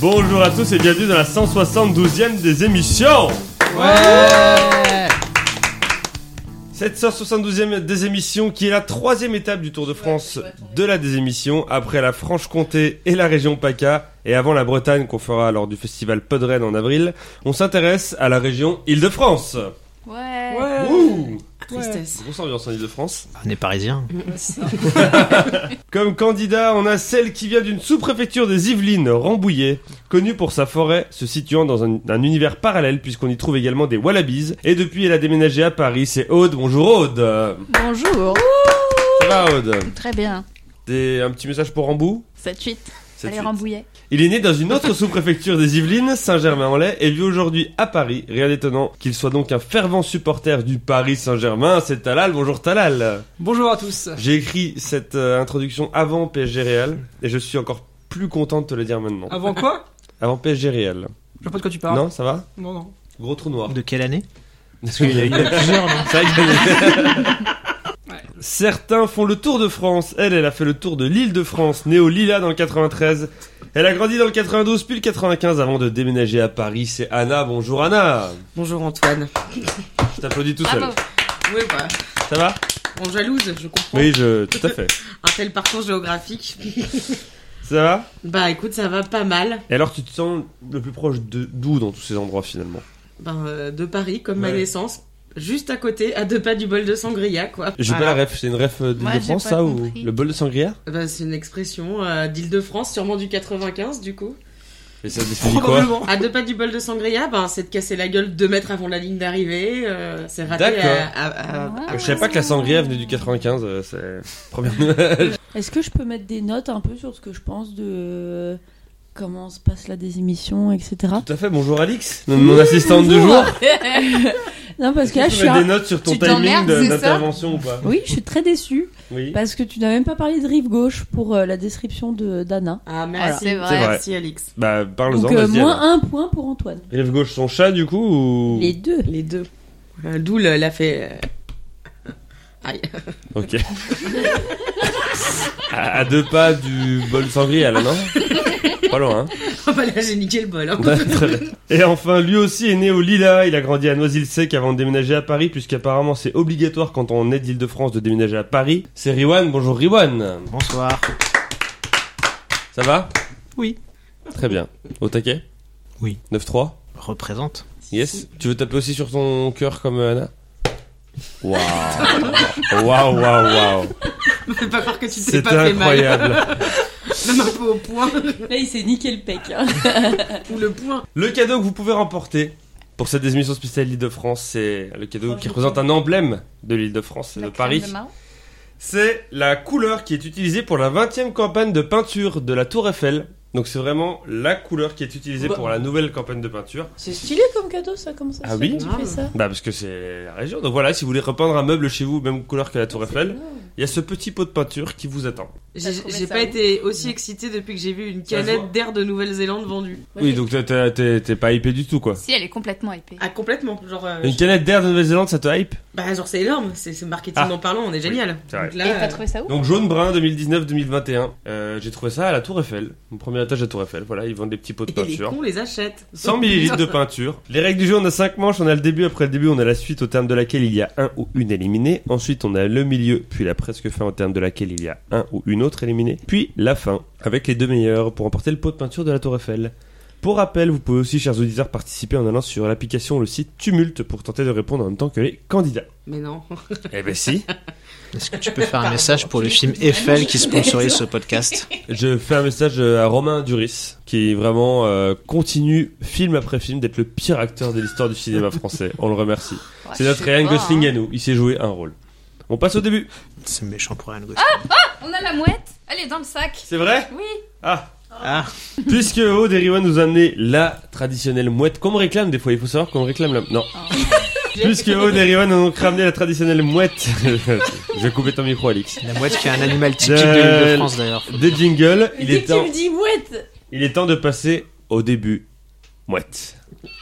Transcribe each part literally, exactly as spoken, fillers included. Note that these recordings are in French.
Bonjour à tous et bienvenue dans la cent soixante-douzième des émissions. Ouais. Cette cent soixante-douzième des émissions qui est la troisième étape du Tour de France de la désémission, après la Franche-Comté et la région PACA, et avant la Bretagne qu'on fera lors du festival Podren en avril, on s'intéresse à la région Île-de-France. Ouais. Ouais. Ouh. Tristesse. Grosse ambiance en Île-de-France. On est parisien. Comme candidat, on a celle qui vient d'une sous-préfecture des Yvelines, Rambouillet, connue pour sa forêt se situant dans un, un univers parallèle puisqu'on y trouve également des wallabies. Et depuis, elle a déménagé à Paris. C'est Aude. Bonjour Aude. Bonjour. Ça va Aude? Très bien. Des, un petit message pour Rambou? sept huit. sept Allez, huit. Rambouillet. Il est né dans une autre sous-préfecture des Yvelines, Saint-Germain-en-Laye, et vit aujourd'hui à Paris. Rien d'étonnant qu'il soit donc un fervent supporter du Paris Saint-Germain. C'est Talal. Bonjour Talal. Bonjour à tous. J'ai écrit cette euh, introduction avant P S G Real, et je suis encore plus content de te le dire maintenant. Avant quoi? Avant P S G Real. Je vois pas de quoi tu parles. Non, ça va? Non, non. Gros trou noir. De quelle année? Parce qu'il y a il y a plusieurs, non? C'est vrai qu'il y a- Certains font le tour de France. Elle, elle a fait le tour de l'île de France, née au Lila dans le quatre-vingt-treize. Elle a grandi dans le quatre-vingt-douze puis le quatre-vingt-quinze avant de déménager à Paris. C'est Anna. Bonjour Anna. Bonjour Antoine. Je t'applaudis tout seul. Bravo. Oui, bah, Ça va? on jalouse, je comprends. Oui, je... tout à fait. Un tel parcours géographique. Ça va? Bah écoute, ça va pas mal. Et alors, tu te sens le plus proche de d'où dans tous ces endroits finalement? Ben, euh, de Paris, comme Ouais. ma naissance. Juste à côté, à deux pas du bol de sangria, quoi. J'ai Voilà. pas la ref. C'est une ref Ouais, d'Île-de-France, j'ai ça, pas ou compris. le bol de sangria? Bah, c'est une expression euh, d'Île-de-France, sûrement du quatre-vingt-quinze, du coup. Et ça définit quoi? Probablement. À deux pas du bol de sangria, ben, c'est de casser la gueule deux mètres avant la ligne d'arrivée. Euh, c'est raté D'accord. à... à- à- Ah. à- Je savais pas que la sangria venait du quatre-vingt-quinze. euh, C'est première nouvelle. Est-ce que je peux mettre des notes un peu sur ce que je pense de comment se passe la désémission, et cetera. Tout à fait. Bonjour Alix, mon assistante du jour. Non, parce que là, Tu je peux suis. mettre un- des notes sur ton Tu timing t'emmerdes, de- c'est ça d'intervention ou pas? Oui, je suis très déçue Oui. parce que tu n'as même pas parlé de rive gauche pour euh, la description de d'Anna. Ah, merci. c'est vrai. C'est vrai. Merci, Alix. Bah, parle-en, Donc euh, vas-y. moins alors. un point pour Antoine. Rive gauche, son chat, du coup, ou... Les deux. Les deux. Euh, D'où le- l'a fait... euh, Aïe. Ok. à, à deux pas du bol de sangria, là, non? Pas loin, hein. Oh bah là, j'ai niqué le bol. Hein. Très bien. Et enfin, lui aussi est né au Lila. Il a grandi à Noisy-le-Sec avant de déménager à Paris, puisqu'apparemment c'est obligatoire quand on est d'Île-de-France de déménager à Paris. C'est Riwan. Bonjour Riwan. Bonsoir. Ça va? Oui. Très bien. Au taquet? Oui. neuf trois? Représente. Yes. Tu veux taper aussi sur ton cœur comme euh, Anna? Waouh. Waouh, waouh, waouh. Me fais pas croire que tu t'es C'était pas fait mal. incroyable. Même un peu au point. Là, il s'est niqué le pec. hein. Ou le point. Le cadeau que vous pouvez remporter pour cette émission spéciale l'Île-de-France, c'est le cadeau qui représente un emblème de l'Île-de-France et de La Paris. crème de Mao. C'est la couleur qui est utilisée pour la vingtième campagne de peinture de la Tour Eiffel. Donc c'est vraiment la couleur qui est utilisée pour la nouvelle campagne de peinture. C'est stylé comme cadeau, ça, comme ça. Ah se oui fait que tu Ah. fais ça. Bah parce que c'est la région. Donc voilà, si vous voulez repeindre un meuble chez vous, même couleur que la Tour Eiffel, il y a ce petit pot de peinture qui vous attend. J'ai trouvé j'ai ça pas où été aussi excitée depuis que j'ai vu une Ça se voit. canette d'air de Nouvelle-Zélande vendue. Oui, donc t'es- t'es t'es- t'es pas hypé du tout quoi. Si, elle est complètement épée. Ah, complètement. Genre, euh, Une canette d'air de Nouvelle-Zélande, ça te hype? bah, genre c'est énorme. C'est c'est marketing Ah. en parlant, on est génial. c'est vrai. Donc Et là, t'as trouvé ça où? Donc jaune-brun deux mille dix-neuf deux mille vingt et un. Euh, j'ai trouvé ça à la Tour Eiffel. Mon premier étage de la Tour Eiffel. Voilà, ils vendent des petits pots de et les peinture. cons les achètent. cent millilitres de peinture. Les règles du jeu, on a cinq manches. On a le début, après le début, on a la suite au terme de laquelle il y a un ou une éliminée. Ensuite, on a le milieu, puis la presque fin au terme de laquelle il y a un ou une autre éliminée. Puis la fin, avec les deux meilleurs pour emporter le pot de peinture de la Tour Eiffel. Pour rappel, vous pouvez aussi, chers auditeurs, participer en allant sur l'application ou le site Tumult pour tenter de répondre en même temps que les candidats. Mais non. Eh ben si. Est-ce que tu peux faire un message pour le film Eiffel qui sponsorise ce podcast? Je fais un message à Romain Duris, qui vraiment euh, continue, film après film, d'être le pire acteur de l'histoire du cinéma français. On le remercie. Ouais, C'est je notre sais Ryan pas, Gosling hein. à nous. Il s'est joué un rôle. On passe au début. C'est méchant pour Ryan Gosling. On a la mouette. Elle est dans le sac. C'est vrai? Oui. Ah. Ah, Puisque Aude et Riwan nous a amené la traditionnelle mouette qu'on me réclame des fois. Il faut savoir qu'on me réclame la... Non. Puisque Aude et Riwan nous ont ramené la traditionnelle mouette. Je vais couper ton micro, Alix. la mouette qui est un animal typique de De- l'île de France d'ailleurs. Des jingles. Mais Il dès est que temps... tu me dis mouette. Il est temps de passer au début. Mouette.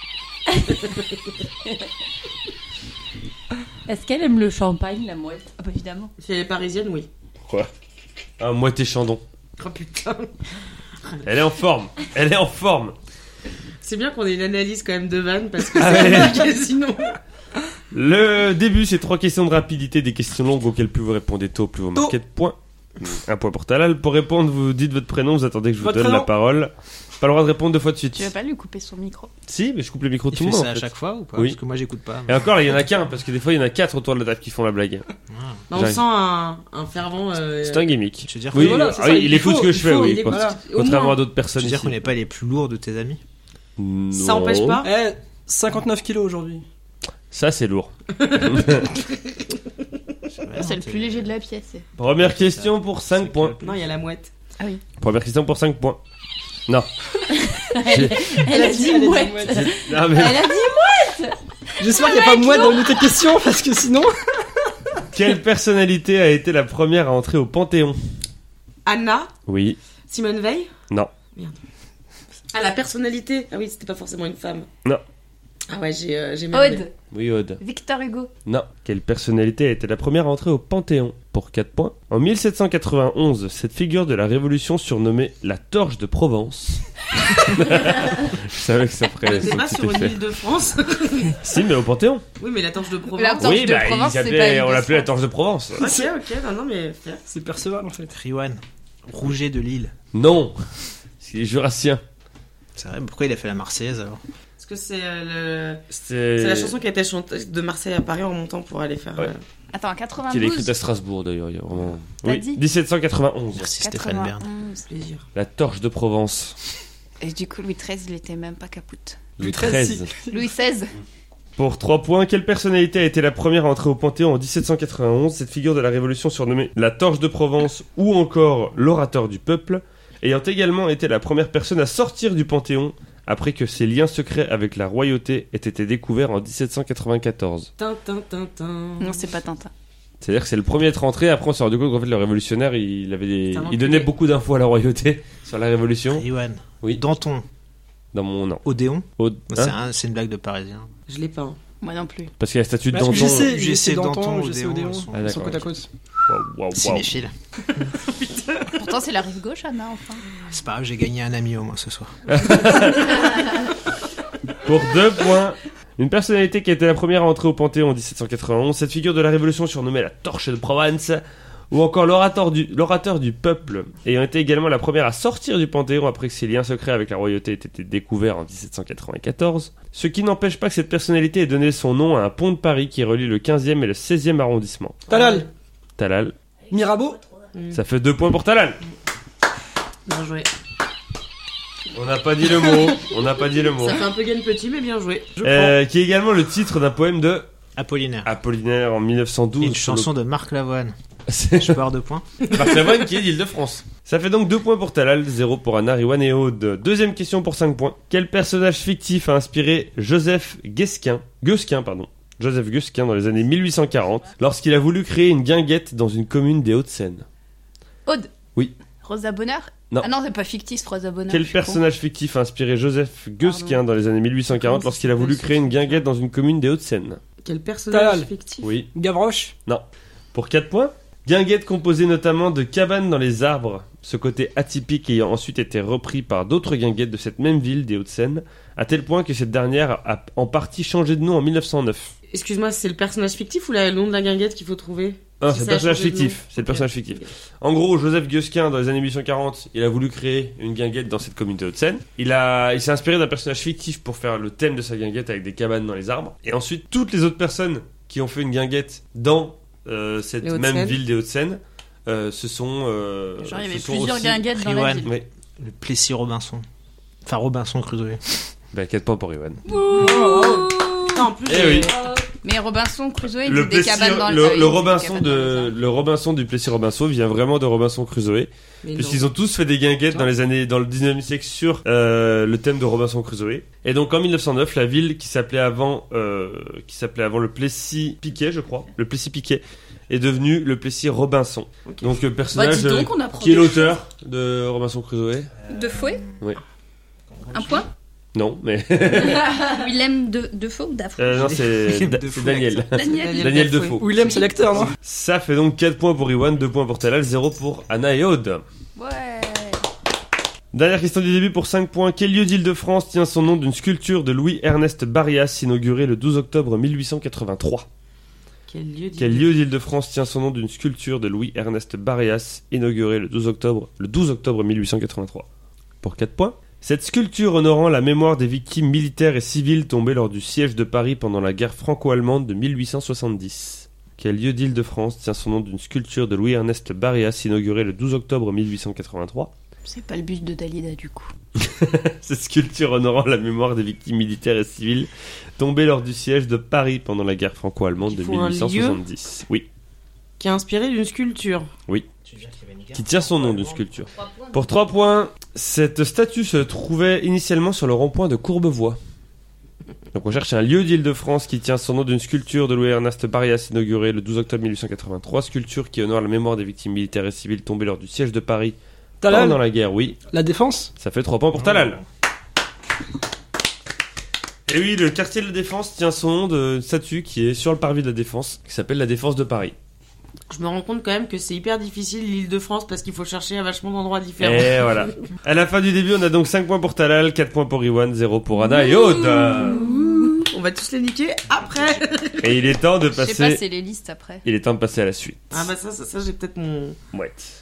Est-ce qu'elle aime le champagne, la mouette? Ah bah évidemment. Si elle est parisienne, oui. Quoi? Un mouette et chandon. Oh putain. Elle est en forme. Elle est en forme. C'est bien qu'on ait une analyse quand même de vannes parce que Ah c'est ouais. compliqué sinon. Le début, c'est trois questions de rapidité, des questions longues auxquelles plus vous répondez tôt, plus vous marquez de points. Un point pour Talal. Pour répondre, vous dites votre prénom, vous attendez que je vous Votre donne prénom. la parole. Pas le droit de répondre deux fois de suite. Tu veux pas lui couper son micro? Si, mais je coupe le micro de Tu tout le fais monde. ça en à fait. chaque fois ou pas? Oui. Parce que moi j'écoute pas. Et encore, il y en a qu'un, parce que des fois, il y en a quatre autour de la table qui font la blague. Ah. On J'arrive. sent un, un fervent. Euh... C'est un gimmick. Tu veux dire Oui, voilà, ah c'est oui, ça, il, il écoute faut- ce que je il fais, faut, oui. il écoute- Voilà. au Contrairement moins. à d'autres Tu personnes veux dire ici. qu'on n'est pas les plus lourds de tes amis? Ça empêche Non. pas. Eh, cinquante-neuf kilos aujourd'hui. Ça, c'est lourd. C'est le plus léger de la pièce. c'est- Première question pour cinq points. Non, il y a la mouette. Première question pour cinq points. Non. Elle, elle a dit mouette. Non, mais Elle a dit J'espère qu'il n'y a pas moi dans une autre question parce que sinon. quelle personnalité a été la première à entrer au Panthéon? Anna, Oui. Simone Veil. Non. Ah, la personnalité. Ah oui, c'était pas forcément une femme. Non. Ah ouais, j'ai euh, j'ai merdé. Aude. Oui, Aude. Victor Hugo. Non. Quelle personnalité a été la première à entrer au Panthéon? Pour quatre points. En mille sept cent quatre-vingt-onze, cette figure de la Révolution surnommée la Torche de Provence. Je savais que ça ferait C'est ce pas petit sur une effet. île de France. Si, mais au Panthéon. Oui, mais la torche de Provence. La torche Oui, de bah, Provence, il c'est s'appelait- pas l'île on de l'appelait la France. Torche de Provence. Ok, ok, non, non, mais faire. C'est Perceval en fait. Riwan. Rouget de Lille. Non. C'est les Jurassiens. C'est vrai, pourquoi il a fait la Marseillaise alors? Parce que c'est euh, le... C'est c'est la chanson qui a été chantée de Marseille à Paris en remontant pour aller faire. Ouais. euh, Attends, qu'il a écrite quatre-vingt-douze. à Strasbourg d'ailleurs. Il y a vraiment... T'as Oui, dit dix-sept cent quatre-vingt-onze. Merci Stéphane Bern. quatre-vingt-onze. plaisir. La Torche de Provence. Et du coup, Louis treize, il était même pas capoute. Louis treize, treize. Louis seize. Pour trois points, quelle personnalité a été la première à entrer au Panthéon en dix-sept cent quatre-vingt-onze? Cette figure de la Révolution surnommée la Torche de Provence ou encore l'orateur du peuple, ayant également été la première personne à sortir du Panthéon après que ses liens secrets avec la royauté aient été découverts en dix-sept cent quatre-vingt-quatorze. Tintin, tintin. Non, c'est pas Tintin. C'est-à-dire que c'est le premier à être rentré, après on s'est rendu compte qu'en fait le révolutionnaire il, avait des... C'est un il enculé. donnait beaucoup d'infos à la royauté sur la Révolution. Riwan. Oui. Danton. Dans mon nom. Odéon. Aude- C'est hein un- c'est une blague de parisien. Je l'ai pas. hein. Moi non plus. Parce qu'il y a la statue de Parce que Danton. je sais, U G je C sais Danton, Danton, je sais Odéon, Odéon. sont- Ah, Ils sont d'accord, côte à ok. côte. Waouh, waouh, waouh. Cinéphile. Pourtant, c'est la rive gauche, Anna, enfin. C'est pas grave, j'ai gagné un ami au moins ce soir. Pour deux points. Une personnalité qui a été la première à entrer au Panthéon en dix-sept cent quatre-vingt-onze, cette figure de la Révolution surnommée la Torche de Provence, ou encore l'orateur du, l'orateur du peuple, ayant été également la première à sortir du Panthéon après que ses liens secrets avec la royauté aient été découverts en dix-sept cent quatre-vingt-quatorze. Ce qui n'empêche pas que cette personnalité ait donné son nom à un pont de Paris qui relie le quinzième et le seizième arrondissement. Talal. Talal. Mirabeau. Mm. Ça fait deux points pour Talal. Bien joué. On n'a pas dit le mot. On n'a pas dit le mot. Ça fait un peu gain petit, mais bien joué. Je Euh, qui est également le titre d'un poème de Apollinaire. Apollinaire en mille neuf cent douze. Et une sur le- chanson de Marc Lavoine. C'est Je peux avoir deux points? Marc Lavoine qui est d'Île-de-France. Ça fait donc deux points pour Talal, zéro pour Anna, Riwan et Aude. Deuxième question pour cinq points. Quel personnage fictif a inspiré Joseph Guesquin, Guesquin pardon, Joseph Guesquin dans les années mille huit cent quarante, lorsqu'il a voulu créer une guinguette dans une commune des Hauts-de-Seine? Aude. Oui. Rosa Bonheur. Non. Ah non, c'est pas fictif, Rosa Bonheur. Quel je suis con. personnage fictif a inspiré Joseph Guesquin Pardon. dans les années mille huit cent quarante Comment ça lorsqu'il a voulu s'appelle, créer une ce guinguette dans une commune des Hauts-de-Seine? Quel personnage Talal. fictif. Oui. Gavroche. Pour quatre points. Guinguette composée notamment de cabanes dans les arbres, ce côté atypique ayant ensuite été repris par d'autres guinguettes de cette même ville des Hauts-de-Seine, à tel point que cette dernière a en partie changé de nom en mille neuf cent neuf. Excuse-moi, c'est le personnage fictif ou le nom de la guinguette qu'il faut trouver? Ah, Si c'est le ça a personnage changé de fictif. nom. C'est le Ok. personnage fictif. Ok. En gros, Joseph Guesquin, dans les années mille huit cent quarante, il a voulu créer une guinguette dans cette commune des Hauts-de-Seine. Il a, il s'est inspiré d'un personnage fictif pour faire le thème de sa guinguette avec des cabanes dans les arbres. Et ensuite, toutes les autres personnes qui ont fait une guinguette dans euh, cette Les même Hauts-de-Seine. ville des Hauts-de-seine euh, se sont. euh, Genre, il y se avait sont plusieurs aussi- guinguettes dans la Riwan. ville. Oui. Le Plessis Robinson. Enfin, Robinson Crusoe. Bah, quatre points pour Riwan. Putain, en plus, Eh j'ai- oui. Mais Robinson Crusoe, il Le, faisait des Plessis- cabanes dans le, ah oui, le il faisait des Robinson cabanes dans les de, arbres. le Robinson du Plessis Robinson vient vraiment de Robinson Crusoe. Mais non. Puisqu'ils ont tous fait des guinguettes dans les années, dans le dix-neuvième siècle sur euh, le thème de Robinson Crusoe. Et donc en mille neuf cent neuf, la ville qui s'appelait avant, euh, qui s'appelait avant le Plessis-Piquet, je crois, le Plessis-Piquet, est devenu le Plessis Robinson. Ok. Donc le Bah, personnage dis euh, donc, on apprend qui est des l'auteur de Robinson Crusoe. choses. De fouet. Oui. Un point. Non, mais Willem de Defoe ou Dafoe. euh, non, c'est Da- De fou, c'est Daniel. Daniel. Daniel Defoe. Willem, c'est l'acteur, non? Ça fait donc quatre points pour Iwan, deux points pour Talal, zéro pour Anna et Aude. Ouais. Dernière question du début pour cinq points. Quel lieu d'Île-de-France tient son nom d'une sculpture de Louis-Ernest Barrias inaugurée le douze octobre mille huit cent quatre-vingt-trois? Quel lieu d'Île- Quel lieu d'Île-de-France tient son nom d'une sculpture de Louis-Ernest Barrias inaugurée le douze octobre, le douze octobre mille huit cent quatre-vingt-trois? Pour quatre points. Cette sculpture honorant la mémoire des victimes militaires et civiles tombées lors du siège de Paris pendant la guerre franco-allemande de mille huit cent soixante-dix. Quel lieu d'Île-de-France tient son nom d'une sculpture de Louis-Ernest Barrias inaugurée le douze octobre mille huit cent quatre-vingt-trois? C'est pas le buste de Dalida du coup. Cette sculpture honorant la mémoire des victimes militaires et civiles tombées lors du siège de Paris pendant la guerre franco-allemande Il de faut mille un huit cent soixante-dix. Oui. Qui a inspiré d'une sculpture. Qui tient son nom d'une sculpture. Pour trois points, cette statue se trouvait initialement sur le rond-point de Courbevoie. Donc on cherche un lieu d'Île-de-France qui tient son nom d'une sculpture de Louis-Ernest Barrias inaugurée le douze octobre mille huit cent quatre-vingt-trois. Sculpture qui honore la mémoire des victimes militaires et civiles tombées lors du siège de Paris Talal, pendant la guerre. Oui, la défense. ça fait trois points pour Talal. Et oui, le quartier de la Défense tient son nom d'une statue qui est sur le parvis de la Défense, qui s'appelle la Défense de Paris. Je me rends compte quand même que c'est hyper difficile l'île de France parce qu'il faut chercher à vachement d'endroits différents. Et voilà. À la fin du début, on a donc cinq points pour Talal, quatre points pour Iwan, zéro pour Anna et Aude. On va tous les niquer après. Et il est temps de Je sais pas, passer. c'est les listes après. Il est temps de passer à la suite. Ah bah ça, ça, ça j'ai peut-être mon... Mouette.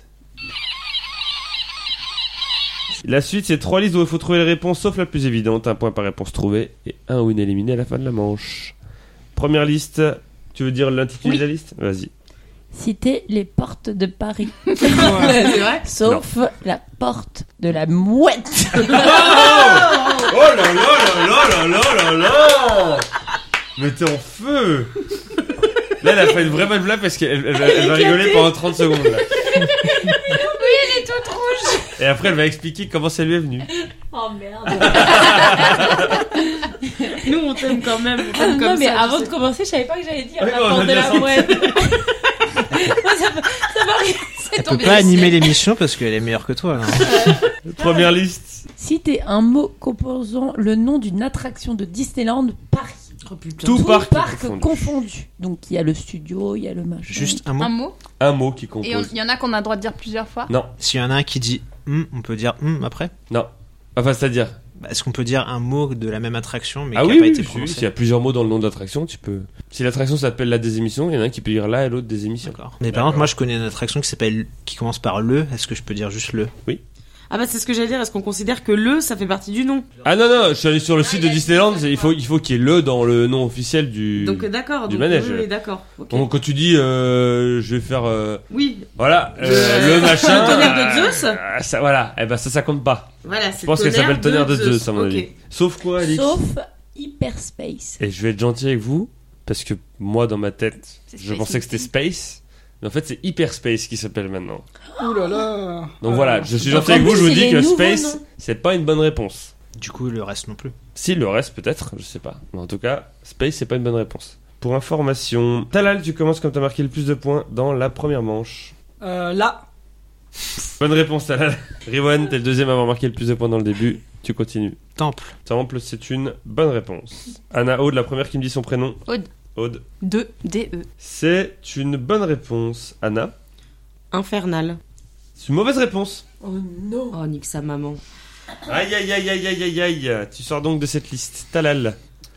La suite, c'est trois listes où il faut trouver les réponses, sauf la plus évidente. Un point par réponse trouvée et un ou une éliminée à la fin de la manche. Première liste. Tu veux dire l'intitulé Oui. de la liste? Vas-y. Citer les portes de Paris. Ouais, c'est vrai. Sauf la porte de la mouette. Oh là là là là là là là là. Mais t'es en feu. Là, elle a fait une vraie bonne blague parce qu'elle elle, va- elle va rigoler pendant trente secondes. Là. Elle est toute rouge. Et après, elle va expliquer comment ça lui est venu. Oh merde. Nous on t'aime quand même. On t'aime comme Non mais ça, avant tu de sais. commencer, je savais pas que j'allais dire Oui, la on a porte de bien la senti. mouette. Moi, ça m'a- ça m'a rien. C'est Elle ton peut pas animer l'émission parce qu'elle est meilleure que toi. Là. Première liste. Citer un mot composant le nom d'une attraction de Disneyland Paris. Oh putain. Tout Tout parc parc confondu. confondu. Donc il y a le studio, il y a le machin. Juste un mot. Un mot. Un mot qui Et compose. il y en a qu'on a le droit de dire plusieurs fois. Non, S'il y en a un qui dit hum, on peut dire hum après. non. Enfin, c'est-à-dire. Bah, est-ce qu'on peut dire un mot de la même attraction mais Ah qui oui, n'a pas oui, été oui, prononcé s'il y a plusieurs mots dans le nom de l'attraction, tu peux. Si l'attraction s'appelle la des émissions, il y en a un qui peut dire la et l'autre des émissions. D'accord. Mais par exemple, moi je connais une attraction qui s'appelle qui commence par le. Est-ce que je peux dire juste le? Ah bah c'est ce que j'allais dire. Est-ce qu'on considère que le ça fait partie du nom? Ah non, non, je suis allé sur le site de Disneyland, c'est- il faut, il faut qu'il y ait le dans le nom officiel du. Donc euh, d'accord. du donc, manège. Oui, oui, d'accord. Ok. Donc, quand tu dis, euh, je vais faire, euh, Oui. voilà, euh, Le- le machin. le tonnerre de euh, Zeus. euh, ça, voilà, eh ben ça, ça compte pas. Voilà. C'est Je pense qu'elle s'appelle Tonnerre de Zeus, à mon Ok. avis. Sauf quoi, Alix? Sauf Hyperspace. Et je vais être gentil avec vous, parce que moi, dans ma tête, C'est je Space pensais que c'était Space. Mais en fait, c'est Hyperspace qui s'appelle maintenant. Ouh là là. Donc Ah, voilà, je suis Donc, gentil en avec vous, plus, je vous il dis est que nouveau, Space, non c'est pas une bonne réponse. Du coup, le reste non plus. Si, le reste peut-être, je sais pas. Mais en tout cas, Space, c'est pas une bonne réponse. Pour information, Talal, tu commences comme t'as marqué le plus de points dans la première manche. Euh, là. Bonne réponse, Talal. Riwan, t'es le deuxième à avoir marqué le plus de points dans le début. Tu continues. Temple. Temple, c'est une bonne réponse. Anna Aude, la première qui me dit son prénom. Aude. Aude. Deux. D E. C'est une bonne réponse. Anna. Infernal. C'est une mauvaise réponse. Oh non. Oh nique sa maman. Aïe aïe aïe aïe aïe aïe aïe. Tu sors donc de cette liste. Talal.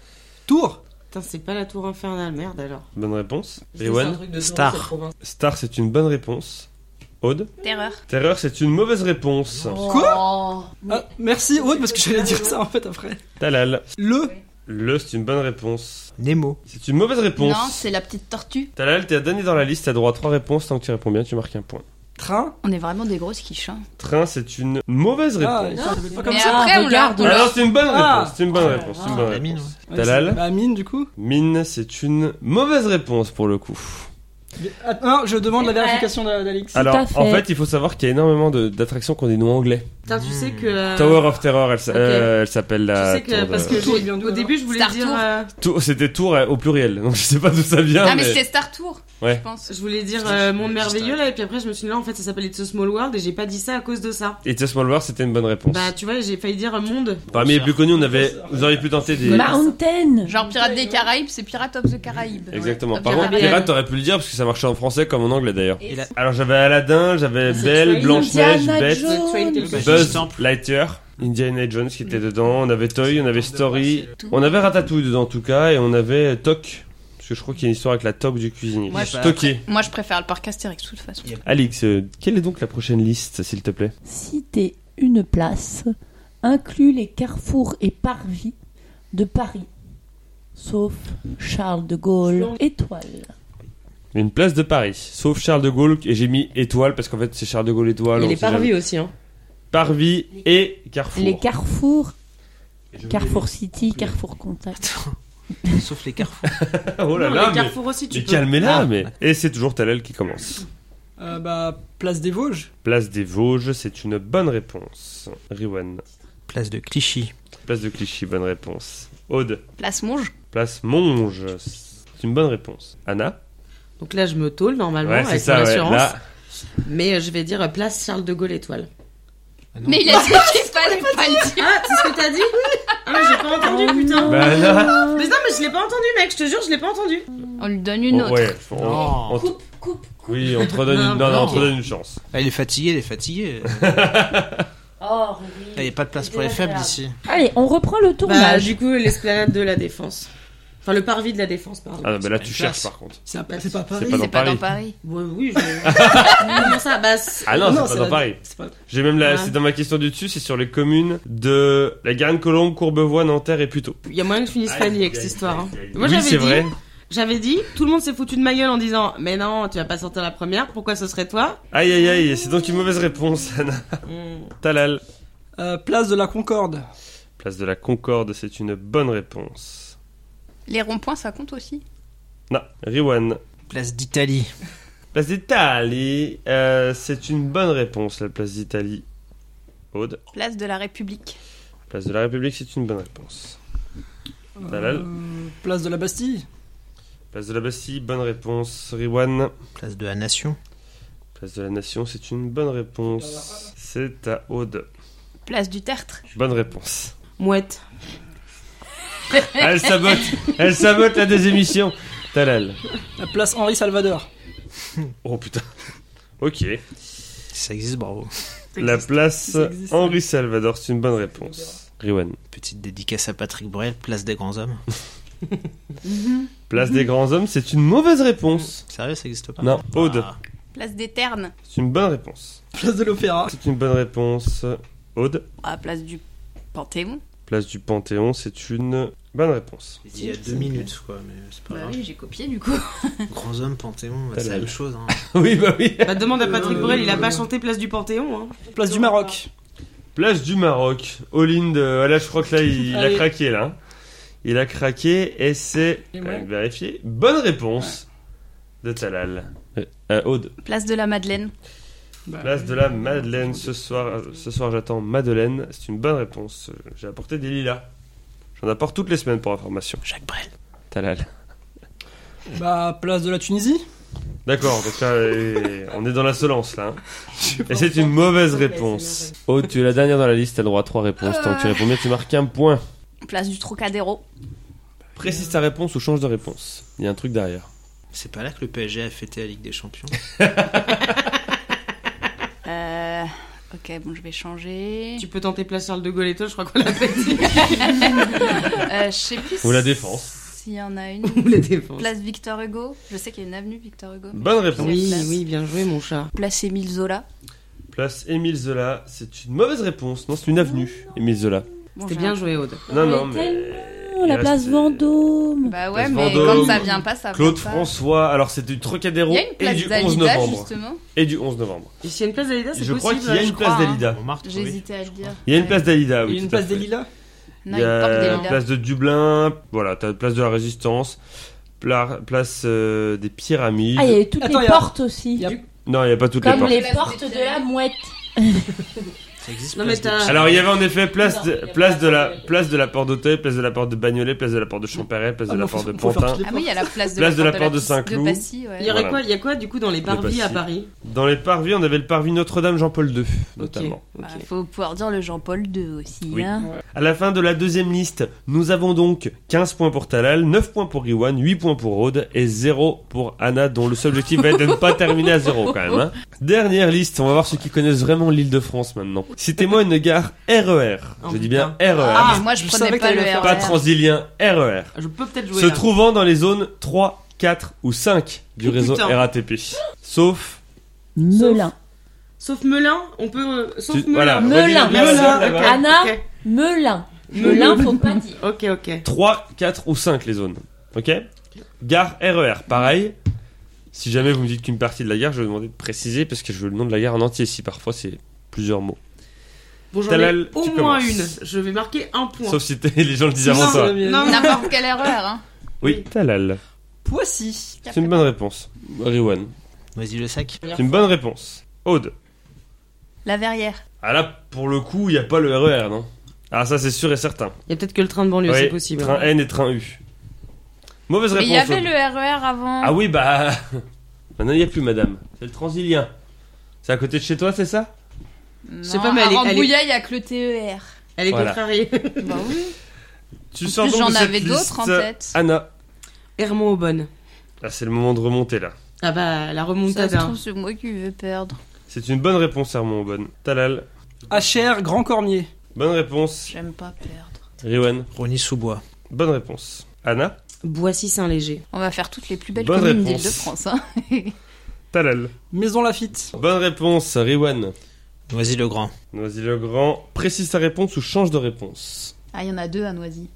Tour. Putain c'est pas la tour infernale merde alors. Bonne réponse. Riwan. Star. Star, c'est une bonne réponse. Aude. Terreur. Terreur, c'est une mauvaise réponse. Quoi Ah, merci Aude parce que j'allais dire ça en fait après. Talal. Le. Le, c'est une bonne réponse. Nemo. C'est une mauvaise réponse. Non, c'est la petite tortue. Talal, t'es dernier dans la liste, t'as droit à trois réponses. Tant que tu réponds bien, tu marques un point. Train. On est vraiment des grosses quiches. Hein. Train, c'est une mauvaise Ah, réponse. ça s'appelle pas comme Mais ça. après, on regarde. l'a. Alors, c'est une bonne Ah. réponse. C'est une bonne réponse. C'est une bonne la mine, réponse. Ouais, Talal. c'est- Bah, mine du coup. Mine, c'est une mauvaise réponse pour le coup. Ah, non, je demande la vérification d'A- d'Alix. Tout Alors, à fait. en fait, il faut savoir qu'il y a énormément de- d'attractions qui ont des noms anglais. Putain tu sais que. euh, Tower of Terror, elle, s- ok. euh, elle s'appelle Tu la. sais que tour parce de- que Tour, j'ai- bien d'où, au alors début je voulais Star dire Tour. euh, Tour- C'était Tour euh, au pluriel, donc je sais pas d'où ça vient. Ah, mais mais- c'était Star Tour. Ouais. Je pense. je voulais dire euh, Monde Merveilleux là et puis après je me suis dit là en fait ça s'appelle It's a Small World et j'ai pas dit ça à cause de ça. It's a Small World, c'était une bonne réponse. Bah tu vois j'ai failli dire Monde. Parmi les plus connus, on avait. Vous auriez pu tenter des. Mountain. Genre Pirates des Caraïbes, c'est Pirates of the Caraïbes. Exactement. Ouais. Par Pirate contre, Belle. Pirate, t'aurais pu le dire parce que ça marchait en français comme en anglais d'ailleurs. Et la- Alors j'avais Aladdin, j'avais C'est Belle, Train. Blanche-Neige, Indiana Bête, Jones. Train to Bugs. Buzz Temple. Lightyear, Indiana Jones qui était dedans, on avait Toy, on avait Story, on avait Ratatouille dedans en tout cas, et on avait Toc, parce que je crois qu'il y a une histoire avec la toque du cuisinier. Moi, je- Toqué. Moi, je préfère le parc Astérix, de toute façon. Alix, euh, quelle est donc la prochaine liste, s'il te plaît? Citer une place inclut les carrefours et parvis de Paris, sauf Charles de Gaulle, Étoile. Une place de Paris, sauf Charles de Gaulle, et j'ai mis étoile parce qu'en fait c'est Charles de Gaulle étoile. Il y a on les sait jamais. parvis aussi, hein. Parvis et Carrefour. Les carrefours, Et je Carrefour voulais- City, Carrefour Contact. Sauf les carrefours. Oh là Non, là, les mais, carrefours aussi, tu mais peux. calmez-la, Ah, mais. d'accord. Et c'est toujours Talel qui commence. Euh, bah, place des Vosges. Place des Vosges, c'est une bonne réponse. Riwan. Place de Clichy. Place de Clichy, bonne réponse. Aude. Place Monge. Place Monge, c'est une bonne réponse. Anna. Donc là, je me tôle normalement Ouais, c'est avec ça, mon ouais. assurance. Là, Mais euh, je vais dire euh, place Charles de Gaulle étoile. Ah non. Mais il a dit qu'il fallait pas le dire. Ah, c'est ce que t'as dit? Ah, mais j'ai pas entendu, putain. bah là. Mais non, mais je l'ai pas entendu, mec. Je te jure, je l'ai pas entendu. On lui donne une Oh, autre. ouais, on- Non. on- Coupe, coupe. oui, on te redonne une, non, Non, non, on non. te redonne une chance. Ah, il est fatigué, il est fatigué. Oh, Il n'y a pas de place pour les faibles ici. Allez, on reprend le Bah, tournage. du coup, l'esplanade de la Défense. Enfin, le parvis de la Défense, pardon. Ah, bah là, pas tu une cherches place. par contre. C'est pas, c'est pas Paris. C'est pas dans C'est pas dans Paris. Paris. Ouais, oui, je... Comment ça? Bah, c'est- Ah non, Non, c'est c'est pas dans la- Paris. C'est pas... J'ai même la, Ouais. c'est dans ma question du dessus, c'est sur les communes de la Garenne-Colombe, Courbevoie, Nanterre et Puteaux. il y a moyen que je finisse Fanny avec cette histoire. hein. Moi, oui, j'avais c'est dit, vrai. j'avais dit, tout le monde s'est foutu de ma gueule en disant, mais non, tu vas pas sortir la première, pourquoi ce serait toi? Aïe aïe aïe, c'est donc une mauvaise réponse, Anna. Hmm. Talal. Euh, place de la Concorde. Place de la Concorde, c'est une bonne réponse. Les ronds-points, ça compte aussi. Non, Riwan. Place d'Italie. Place d'Italie, euh, c'est une bonne réponse, la place d'Italie. Aude. Place de la République. Place de la République, c'est une bonne réponse. Talal. Euh, place de la Bastille. Place de la Bastille, bonne réponse. Riwan. Place de la Nation. Place de la Nation, c'est une bonne réponse. C'est à Aude. Place du Tertre. Bonne réponse. Mouette. Ah, elle sabote, elle sabote la des émissions. Talal. La place Henri Salvador. Oh putain. Ok. Si ça existe, bravo. La place Ça existe. Henri Salvador, c'est une bonne réponse. Riwan. Petite dédicace à Patrick Bruel, place des grands hommes. Place des grands hommes, c'est une mauvaise réponse. Sérieux, ça existe pas? Non, Aude. Ah, Place des Ternes. C'est une bonne réponse. Place de l'Opéra. C'est une bonne réponse. Aude. Ah, place du Panthéon. Place du Panthéon, c'est une bonne réponse. il y a deux minutes, quoi, mais c'est pas Bah grave. oui, j'ai copié du coup. Grands hommes, Panthéon, bah, c'est la même chose. Hein. Oui, bah oui. Bah, demande à Patrick Bruel, il a pas chanté place du Panthéon, hein. Place du Maroc. Place du Maroc. All-in de... ah, là, je crois que là, il, il a Allez. craqué, là. Il a craqué et c'est... Et quand ouais. même vérifié. Bonne réponse de Talal. Euh, euh, Aude. Place de la Madeleine. Bah, Place de la Madeleine. Ce soir, ce soir j'attends Madeleine. C'est une bonne réponse. Euh, J'ai apporté des lilas. J'en apporte toutes les semaines pour information. Jacques Brel. Talal. Bah, place de la Tunisie. D'accord, donc là, euh, on est dans l'insolence, là. hein. Et c'est une mauvaise réponse. Aude, tu es la dernière dans la liste. T'as le droit à trois réponses. Tant que tu réponds bien, tu marques un point. Place du Trocadéro. Précise ta réponse ou change de réponse. Il y a un truc derrière. C'est pas là que le P S G a fêté la Ligue des Champions. Euh... Ok, bon, je vais changer. Tu peux tenter place Charles de Gaulle étoile, je crois qu'on l'a fait dit. Euh, je sais plus Ou la défense. s'il y en a une. Ou les défenses. Place Victor Hugo. Je sais qu'il y a une avenue Victor Hugo. mais Bonne je sais réponse. plus Oui, la place. oui, bien joué, mon chat. Place Émile Zola. Place Émile Zola. C'est une mauvaise réponse. Non, c'est une avenue. Émile Zola. Bon, C'était j'ai bien un- joué, Aude. Non, Mais non, mais. tellement, il la place reste- Vendôme. Bah ouais, Place mais Vendôme, quand ça vient pas, ça Claude vient pas. François. Alors, c'est du Trocadéro Il y a une et place du onze d'Alida, novembre. justement. Et du onze novembre. Et s'il y a une place d'Alida, c'est Je possible. crois qu'il y a je une crois, place hein. d'Alida. Montmartre, J'ai oui. hésité à le dire. Il y a une place d'Alida, Il oui. y a une tout à place fait. des Lilas. Non, Il y une porte a des la Lilas. place de Dublin. Voilà, t'as la place de la Résistance. Pla- place euh, des Pyramides. Ah, il y a toutes Attends, les il y a- portes aussi. il y a- Non, il n'y a pas toutes les Comme portes. les portes de la mouette. Ça existe Non, place mais t'as- des- Alors il y avait en effet place Non, de, il y a place pas de la de- place de la porte d'Auteuil, place de la porte de Bagnolet, place de la porte de Champéret, place Ah, de la bon, porte de faut- faut faire Pantin, toutes les Ah oui, il y a la place de Place de la porte de Pisse- Saint-Cloud. Passy, ouais. Il y aurait Voilà. quoi, il y a quoi du coup dans les parvis à Passy. Paris? Dans les parvis, on avait le parvis Notre-Dame Jean-Paul deux, notamment. Ok. Bah, faut pouvoir dire le Jean-Paul deux aussi. Oui. Hein. À la fin de la deuxième liste, nous avons donc quinze points pour Talal, neuf points pour Riwan, huit points pour Aude et zéro pour Anna, dont le seul objectif va être de ne pas terminer à zéro quand même. Hein. Dernière liste, on va voir ceux qui connaissent vraiment l'Île-de-France maintenant. Citez-moi une gare R E R. Oh, Je dis putain. bien R E R. Ah, mais moi je, je prenais savais pas qu'elle le allait R E R. Pas transilien, R E R. Je peux peut-être jouer Se là. trouvant dans les zones trois, quatre ou cinq du Oh, réseau putain. R A T P. Sauf... Melun. Sauf Melun, on peut. euh, Sauf Tu- Melun. voilà, Melun. redis-le bien Melun, seul, ok. là-bas. Anna, Ok. Melun. Melun, faut pas dire. Ok, ok. trois, quatre ou cinq les zones. Ok. Gare R E R, pareil. Si jamais vous me dites qu'une partie de la gare, je vais demander de préciser parce que je veux le nom de la gare en entier. Si parfois c'est plusieurs mots. Bon, j'en ai Talal, au tu moins commences. une. Je vais marquer un point. Sauf si t'es- les gens le disent avant Non, toi. non, non. N'importe quelle erreur. Hein. Oui, Talal. Poissy. C'est une bonne réponse. Riwan. Vas-y, le sac. C'est une bonne réponse. Aude. La Verrière. Ah là, pour le coup, il n'y a pas le R E R, non? Ah, ça c'est sûr et certain. Il y a peut-être que le train de banlieue, Oui, c'est possible. Train N et train U. Mauvaise Mais réponse. il y avait Aude. le R E R avant. Ah oui, bah. Maintenant, il n'y a plus, madame. C'est le transilien. C'est à côté de chez toi, c'est ça? Non, Je sais pas, mais elle est- à elle est- Rambouillet, il y a que le T E R. Elle est Voilà. contrariée. Bah oui. Tu En sors plus, donc j'en de cette avais d'autres en liste. tête. Anna. Hermont-Aubonne. Ah, c'est le moment de remonter là. Ah bah, la Ça se remontada. trouve, c'est moi qui vais perdre. C'est une bonne réponse, Hermon Bonne. Talal. H R, Grand Cormier. Bonne réponse. J'aime pas perdre. Riwan. Rony-sous-Bois. Bonne réponse. Anna. Boissy-Saint-Léger. On va faire toutes les plus belles Bonne communes réponse. d'Île-de-France. Hein. Talal. Maison Lafitte. Bonne réponse, Riwan. Noisy-le-Grand. Noisy-le-Grand. Précise ta réponse ou change de réponse. Ah, il y en a deux à Noisy.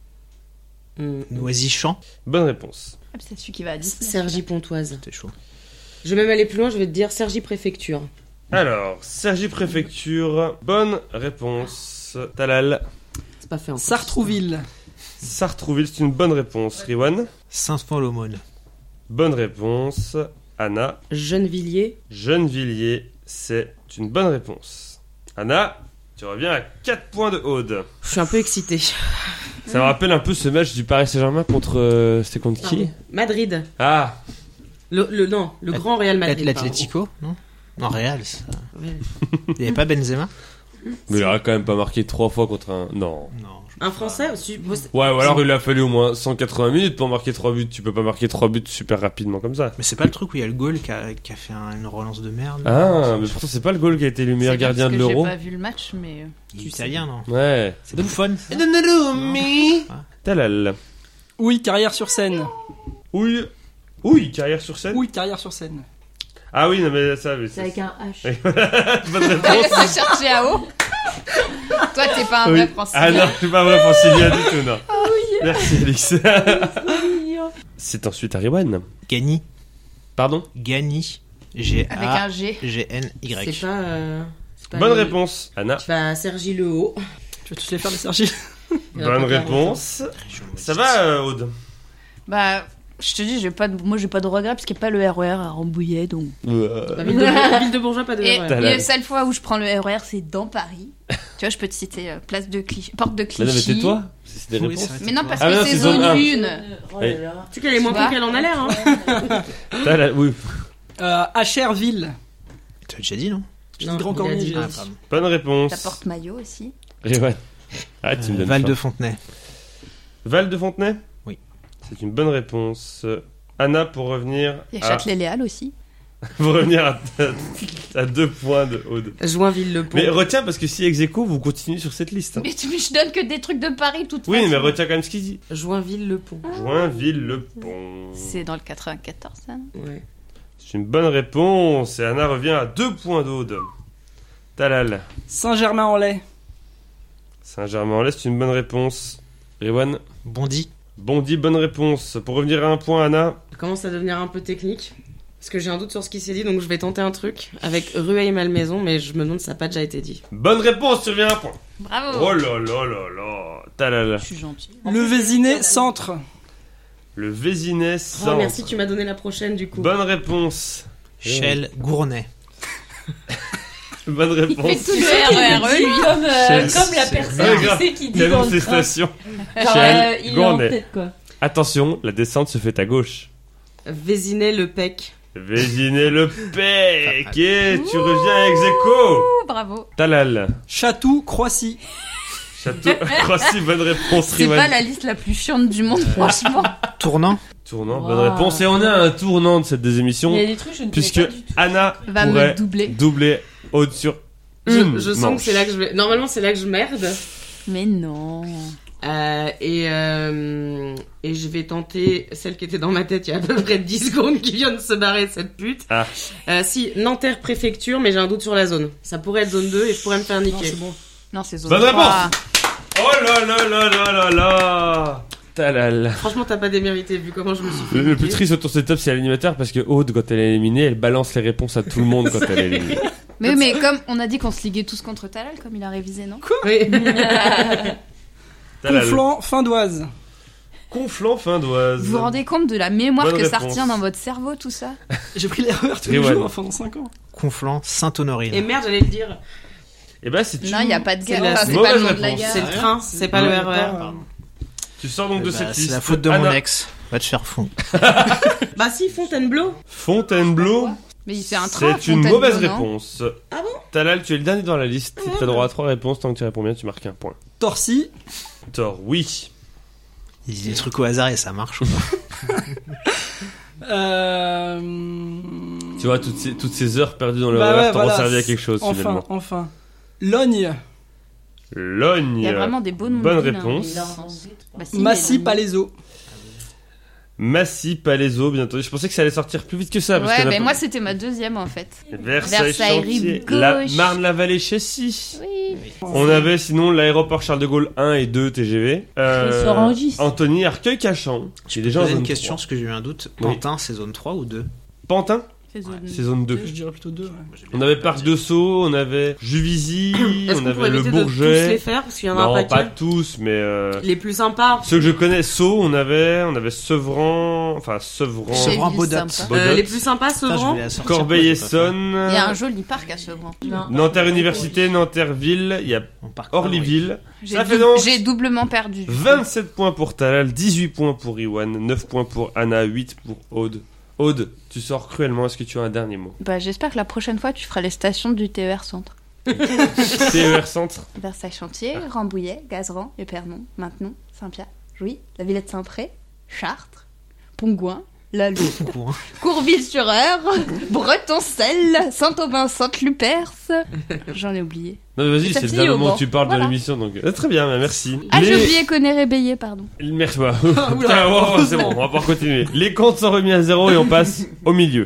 Hmm. Noisy-Champ. Bonne réponse. Ah, c'est celui qui va à Disney. Cergy-Pontoise. C'était chaud. Je vais même aller plus loin, je vais te dire Cergy-Préfecture. Alors, Cergy Préfecture. Bonne réponse. Talal. C'est pas fait encore. Sartrouville. Sartrouville, c'est une bonne réponse. Riwan. Saint-Paul-Aumône. Bonne réponse. Anna. Gennevilliers. Gennevilliers, c'est une bonne réponse. Anna, tu reviens à quatre points de Aude. Je suis un peu excitée. Ça me rappelle un peu ce match du Paris Saint-Germain contre... euh, C'était contre qui? Pardon. Madrid. Ah, Le, le, non, le grand Real Madrid. L'Atlético, non Non, Real, ça. pardon. Ouais. Il n'y avait pas Benzema mais il aurait quand même pas marqué trois fois contre un... Non. Non. Un Français aussi. Ouais, ou alors il lui a fallu au moins cent quatre-vingts minutes pour marquer trois buts. Tu peux pas marquer trois buts super rapidement comme ça. Mais c'est pas le truc où il y a le goal qui a, qui a fait un- une relance de merde. Ah, mais pourtant c'est pas le goal qui a été le meilleur C'est bien gardien de parce que l'Euro. J'ai pas vu le match, mais. Il est italien, non Ouais. C'est Buffon. ça Talal. Oui, Carrière-sur-Seine. Oui. Oui, carrière sur scène. Oui, Carrière-sur-Seine. Ah oui, non mais ça... Mais C'est c'est... avec un H. Bonne T'as réponse. pas cherché à haut. Toi, t'es pas un Oui. vrai Français. Ah non, je suis pas vrai francilien du tout, non. Merci Alix. C'est ensuite Ariwan. Gagny. Pardon? Gagny. Avec G-A. un G. G-N-Y. C'est pas. euh, c'est pas Bonne le- réponse. Anna. Tu vas à Cergy-le-Haut. Tu vas tous les faire, les Sergi. Il y en a Bonne pas réponse. Région Ça Ouest. va, euh, Aude? Bah, je te dis, j'ai pas de... moi j'ai pas de regrets parce qu'il n'y a pas le R E R à Rambouillet. Donc... Bah, ville, de, ville de Bourgeois, pas de Et, R E R. T'as et la- la seule fois où je prends le R E R, c'est dans Paris. Tu vois, je peux te citer euh, place de Clichy, porte de Mais non, mais Clichy. tais-toi. C'est des Oui, réponses. c'est vrai, Mais non, parce Ah, que non, c'est c'est zone zone un. un. Oh là là. Tu sais qu'elle est moins Tu vois con qu'elle en a l'air, hein. T'as la- Oui. Euh, H R, Ville. Tu as déjà dit, non J'ai Non, dit Grand il a Cormier. dit. j'ai Ah, dit. pardon. Bonne réponse. La porte maillot aussi. Riwan. Arrête, tu me Euh, donnes Val faim. de Fontenay. Val de Fontenay? Oui. C'est une bonne réponse. Anna, pour revenir Il y a à, Châtelet-Léal aussi. pour revenir à, à deux points de Aude. Joinville-le-Pont. Mais retiens, parce que si ex aequo, vous continuez sur cette liste. hein. Mais tu, je donne que des trucs de Paris toute Oui, façon. mais retiens quand même ce qu'il dit. Joinville-le-Pont. Joinville-le-Pont. C'est dans le quatre-vingt-quatorze, ça. Ouais. C'est une bonne réponse. Et Anna revient à deux points d'Aude. Talal. Saint-Germain-en-Laye. Saint-Germain-en-Laye, c'est une bonne réponse. Riwan. Bondy. Bondy, bonne réponse. Pour revenir à un point, Anna. Ça commence à devenir un peu technique. Parce que j'ai un doute sur ce qui s'est dit, donc je vais tenter un truc avec Rueil-Malmaison, mais je me demande si ça n'a pas déjà été dit. Bonne réponse, tu reviens à un point. Bravo. Oh là là là là. Talal. Je suis gentil. Le Vésinet, Centre. Le Vésinet Oh, centre. merci, tu m'as donné la prochaine du coup. Bonne réponse. Chelles Gournay. Bonne Il fait réponse. tout le R E R, lui. Comme, euh, Chelsea. comme la Ouais, personne grave. tu sais, qui dit Quelle dans le train. station. Genre, Chelles, euh, il est en Gournay. tête, quoi. Attention, la descente se fait à gauche. Vésinet-le-Pec. Vésiné Le Pec. Et tu reviens ex aequo. Ouh, bravo. Talal. Chatou, Croissy. Château. Croissy, bonne réponse. C'est Riwan. pas la liste la plus chiante du monde, franchement. Tournant. Tournant, Wow. bonne réponse. Et on a un tournant de cette des émissions. Il y a des trucs, je ne Puisque connais pas du tout. Anna Va pourrait me doubler. doubler Aude sur Je, une je sens manche. que c'est là que je vais. Normalement, c'est là que je merde. Mais non. Euh, et, euh, et je vais tenter celle qui était dans ma tête il y a à peu près dix secondes qui vient de se barrer, cette pute. Ah. Euh, si, Nanterre préfecture, mais j'ai un doute sur la zone. Ça pourrait être zone deux et je pourrais me faire Non, niquer. c'est bon. Non, c'est zone Bonne trois. Oh là là là là là là. Talal. Franchement, t'as pas démérité vu comment je me suis fait. Le, le plus niquer. triste autour de cette table, c'est l'animateur parce que Aude, quand elle est éliminée, elle balance les réponses à tout le monde quand elle est éliminée. Mais oui, mais comme on a dit qu'on se liguait tous contre Talal, comme il a révisé, non? Oui. Talal. Conflans, fin d'Oise. Conflans, fin d'Oise. Vous vous rendez compte de la mémoire Bonne que ça réponse. retient dans votre cerveau, tout ça? J'ai pris l'erreur tous les Riwan. jours pendant cinq ans. Conflans, Sainte-Honorine. Et merde, j'allais le dire. Eh ben, c'est Non, il n'y a pas de C'est gare. la- Enfin, c'est mauvaise pas le nom de la réponse. gare. C'est le train, c'est pas le Ouais. R E R. Pas, Tu sors donc de Bah, cette c'est liste. la faute de mon Anna. ex. Va te faire fondre. Bah si, Fontainebleau. Fontainebleau. Mais c'est un train. C'est une Fontainebleau, mauvaise non réponse. Ah bon Talal, tu es le dernier dans la liste. T'as droit à trois réponses. Tant que tu réponds bien, tu marques un point. Torcy. Thor, oui. Il dit des trucs au hasard et ça marche ou pas. Euh... Tu vois, toutes ces, toutes ces heures perdues dans le Bah R E R ouais, t'auront voilà. servi à quelque chose, Enfin, finalement. enfin. Logne. Logne. Il y a vraiment des beaux noms. Bonne de villes, hein. réponse. Bah, si, Massy, mais- Palaiso. Massy, Palaiso, bien entendu. Je pensais que ça allait sortir plus vite que ça. Parce Ouais, qu'il y en a mais pas- moi c'était ma deuxième en fait. Versailles, Versailles, Chantier, rive la gauche. Marne-la-Vallée, Chessy. Oui. On avait sinon l'aéroport Charles de Gaulle un et deux T G V. Les Orangis. Anthony, Arcueil-Cachan. J'ai déjà en J'ai une zone question trois. parce que j'ai eu un doute. Oui. Pantin, c'est zone trois ou deux? Pantin, C'est zone- c'est zone deux. Je dirais plutôt deux. Ouais. On avait Parc de Sceaux, on avait Juvisy, Est-ce on qu'on pourrait avait le éviter de tous les Bourget. faire parce qu'il y en a un Non, paquet. pas tous, mais euh, Les plus sympas. ceux que je connais, Sceaux, on avait, on avait Sevran, enfin Sevran, Chez Sevran, Ville Bodot. sympa. Bodot, Euh, les plus sympas, Putain, je Sevran. voulais la sortir. Corbeil-Essonne, Il y a un joli parc à Sevran. Nanterre Université, Nanterre-Ville, il y a On part Orlyville. J'ai Ça fait dou- donc j'ai doublement perdu. vingt-sept points pour Talal, dix-huit points pour Iwan, neuf points pour Anna, huit pour Aude. Aude, tu sors cruellement, est-ce que tu as un dernier mot? Bah, j'espère que la prochaine fois tu feras les stations du T E R Centre. T E R Centre. Versailles-Chantier, Rambouillet, Gazeran, Épernon, Maintenon, Saint-Pierre, Jouy, la Villette Saint-Pré, Chartres, Pongouin, La Loupe, Courant. Courville-sur-Eure, Bretoncelle, Saint-Aubin, Sainte-Luperce. J'en ai oublié. Non, mais vas-y, Ça c'est le finit dernier au moment banc. où tu parles Voilà. de l'émission, donc euh, très bien, merci. Ah, Les- j'ai oublié qu'on est réveillé, pardon. Merci. Bah. Oula, Putain, oh, c'est bon, on va pouvoir continuer. Les comptes sont remis à zéro et on passe au milieu.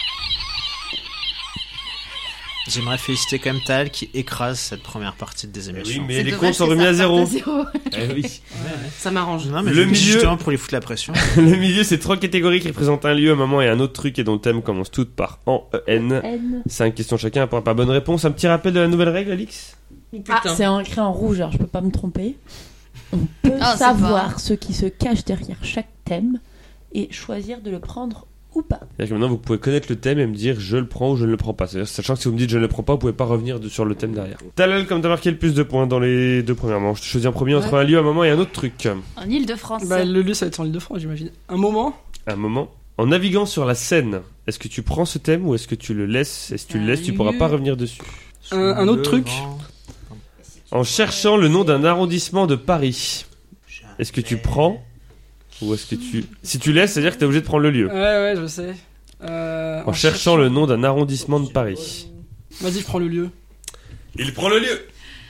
J'aimerais féliciter quand même Tal qui écrase cette première partie de des émissions. Oui, mais C'est les dommage comptes sont que remis ça à zéro. reparte à zéro. Eh oui. Ça m'arrange. Non, mais Le je- milieu- justement pour les foutre la pression. Le milieu, c'est trois catégories qui représentent un lieu, un moment et un autre truc et dont le thème commence toutes par en E N. N. Cinq questions chacun, un point par bonne réponse. Un petit rappel de la nouvelle règle, Alix? Putain. Ah, c'est ancré en rouge, alors je peux pas me tromper. On peut Ah, c'est savoir pas- ce qui se cache derrière chaque thème et choisir de le prendre ou pas. C'est-à-dire que maintenant, vous pouvez connaître le thème et me dire je le prends ou je ne le prends pas. C'est-à-dire, sachant que si vous me dites je ne le prends pas, vous pouvez pas revenir de- sur le thème derrière. Talal, comme t'as marqué le plus de points dans les deux premières manches, tu choisis un premier entre un lieu, un moment et un autre truc. En Ile-de-France. Bah, le lieu, ça va être en Ile-de-France, j'imagine. Un moment. Un moment. En naviguant sur la Seine, est-ce que tu prends ce thème ou est-ce que tu le laisses? Et si tu le Un laisses, tu pourras lieu. pas revenir dessus. Un- un autre truc. En cherchant le nom d'un arrondissement de Paris, est-ce que tu prends ou est-ce que tu... Si tu laisses, c'est-à-dire que t'es obligé de prendre le lieu. Ouais, ouais, je sais. Euh, En cherchant le nom d'un arrondissement de Paris. Vas-y, je prends le lieu. Il prend le lieu.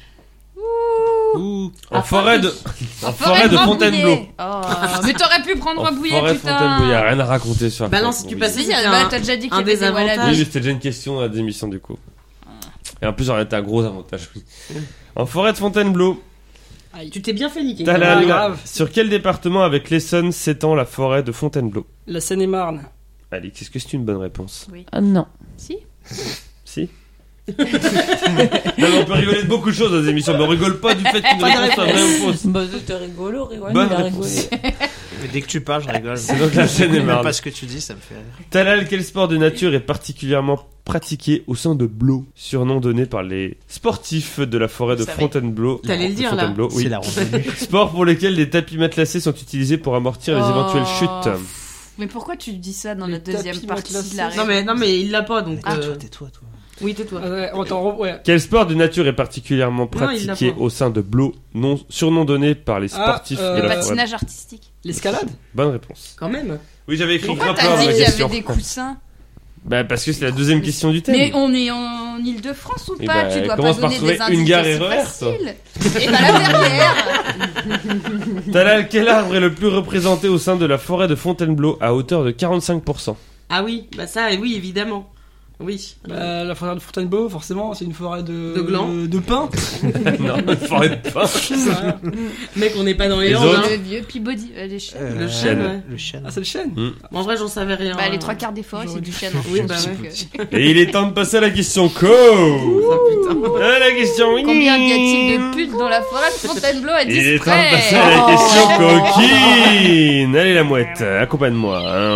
Ouh. En À forêt de... En En forêt de Fontainebleau. Rambouillet. Oh, mais t'aurais pu prendre En Rambouillet, forêt de Fontainebleau, y a putain. rien à raconter sur la Bah non, forêt si de tu Fontainebleau. passais, Si, c'était bah, un- t'as déjà dit qu'il un y avait des désavantage. wallabies. Oui, mais c'était déjà une question à l'émission du coup. Et en plus, j'aurais été un gros avantage. oui. En forêt de Fontainebleau, Tu t'es bien fait niquer. Talal, Ah, grave. sur quel département avec l'Essonne s'étend la forêt de Fontainebleau? La Seine-et-Marne. Alix, est-ce que c'est une bonne réponse? Ah, non. Si. Si. Non, mais on peut rigoler de beaucoup de choses dans les émissions, mais on rigole pas du fait qu'une réponse soit vraie ou fausse. Bah, c'était rigolo, Riwan, Bonne il a réponse. rigolé. Mais dès que tu parles, je rigole. C'est donc la Même Seine-et-Marne. pas ce que tu dis, ça me fait rire. Talal, quel sport de nature est particulièrement pratiqué au sein de Blo, surnom donné par les sportifs de la forêt de Vous savez. Fontainebleau? T'allais le De dire, là. Fontainebleau, oui. C'est la randonnée. Sport pour lequel des tapis matelassés sont utilisés pour amortir les Oh. éventuelles chutes. Mais pourquoi tu dis ça dans Les la deuxième tapis partie matelassés. de la Non réponse mais, non mais il l'a pas donc. Ah, euh, Tais-toi, toi. Oui, tais-toi. Ah ouais, attends, ouais. Quel sport de nature est particulièrement Non, il l'a pratiqué pas. au sein de Blo, non, surnom donné par les Ah, sportifs euh, de Le la forêt? patinage artistique. L'escalade. Bonne réponse. Quand même. Oui, j'avais écrit Pourquoi rapport t'as dans dit la qu'il y question. avait des coussins? Bah parce que c'est la deuxième question du thème. Mais on est en Île-de-France ou Eh pas? bah, Tu dois pas commence par donner trouver des indices. une gare c'est R E R, toi. facile. Et bah la derrière. Talal, quel arbre est le plus représenté au sein de la forêt de Fontainebleau à hauteur de quarante-cinq pour cent? Ah oui, bah ça, oui, évidemment. Oui. Bah, la forêt de Fontainebleau, forcément, c'est une forêt de. De glands. De, de pins. Non, une forêt de pins. Je sais rien. Mec, on n'est pas dans les Les Landes. autres Hein. Le vieux Peabody. euh, les chênes. Euh, Le chêne, ouais. Le chêne. Ah, c'est le chêne. Bon, en vrai, j'en savais rien. Bah, les hein. trois quarts des forêts, c'est J'aurais du dû- chêne. en Oui, fait, bah donc, ouais. euh, Et il est temps de passer à la question co. Oh putain. Ah, la question Combien y a-t-il de putes dans la forêt de Fontainebleau à Il est temps de passer dix à la près? question coquine. Allez la mouette, accompagne-moi.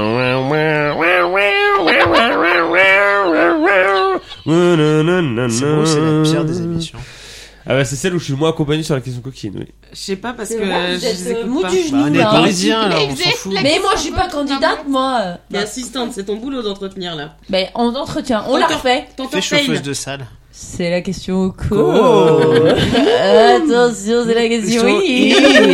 C'est bon, c'est la pire des émissions. Ah bah c'est celle où je suis le moins accompagné sur la question coquine, oui. Je sais pas parce C'est que vrai, euh, vous je êtes, les euh, écoute mou pas. du genou, Bah, on est là. parisien, Mais alors on vous s'en êtes fout. la- Mais moi, je suis pas candidate, moi. T'es assistante, c'est ton boulot d'entretenir là. Ben, on entretient, on la T'entends- refait. T'entends Fais chauffeuse Fane. de salle. C'est la question co. Co. Attention, c'est la question Question oui.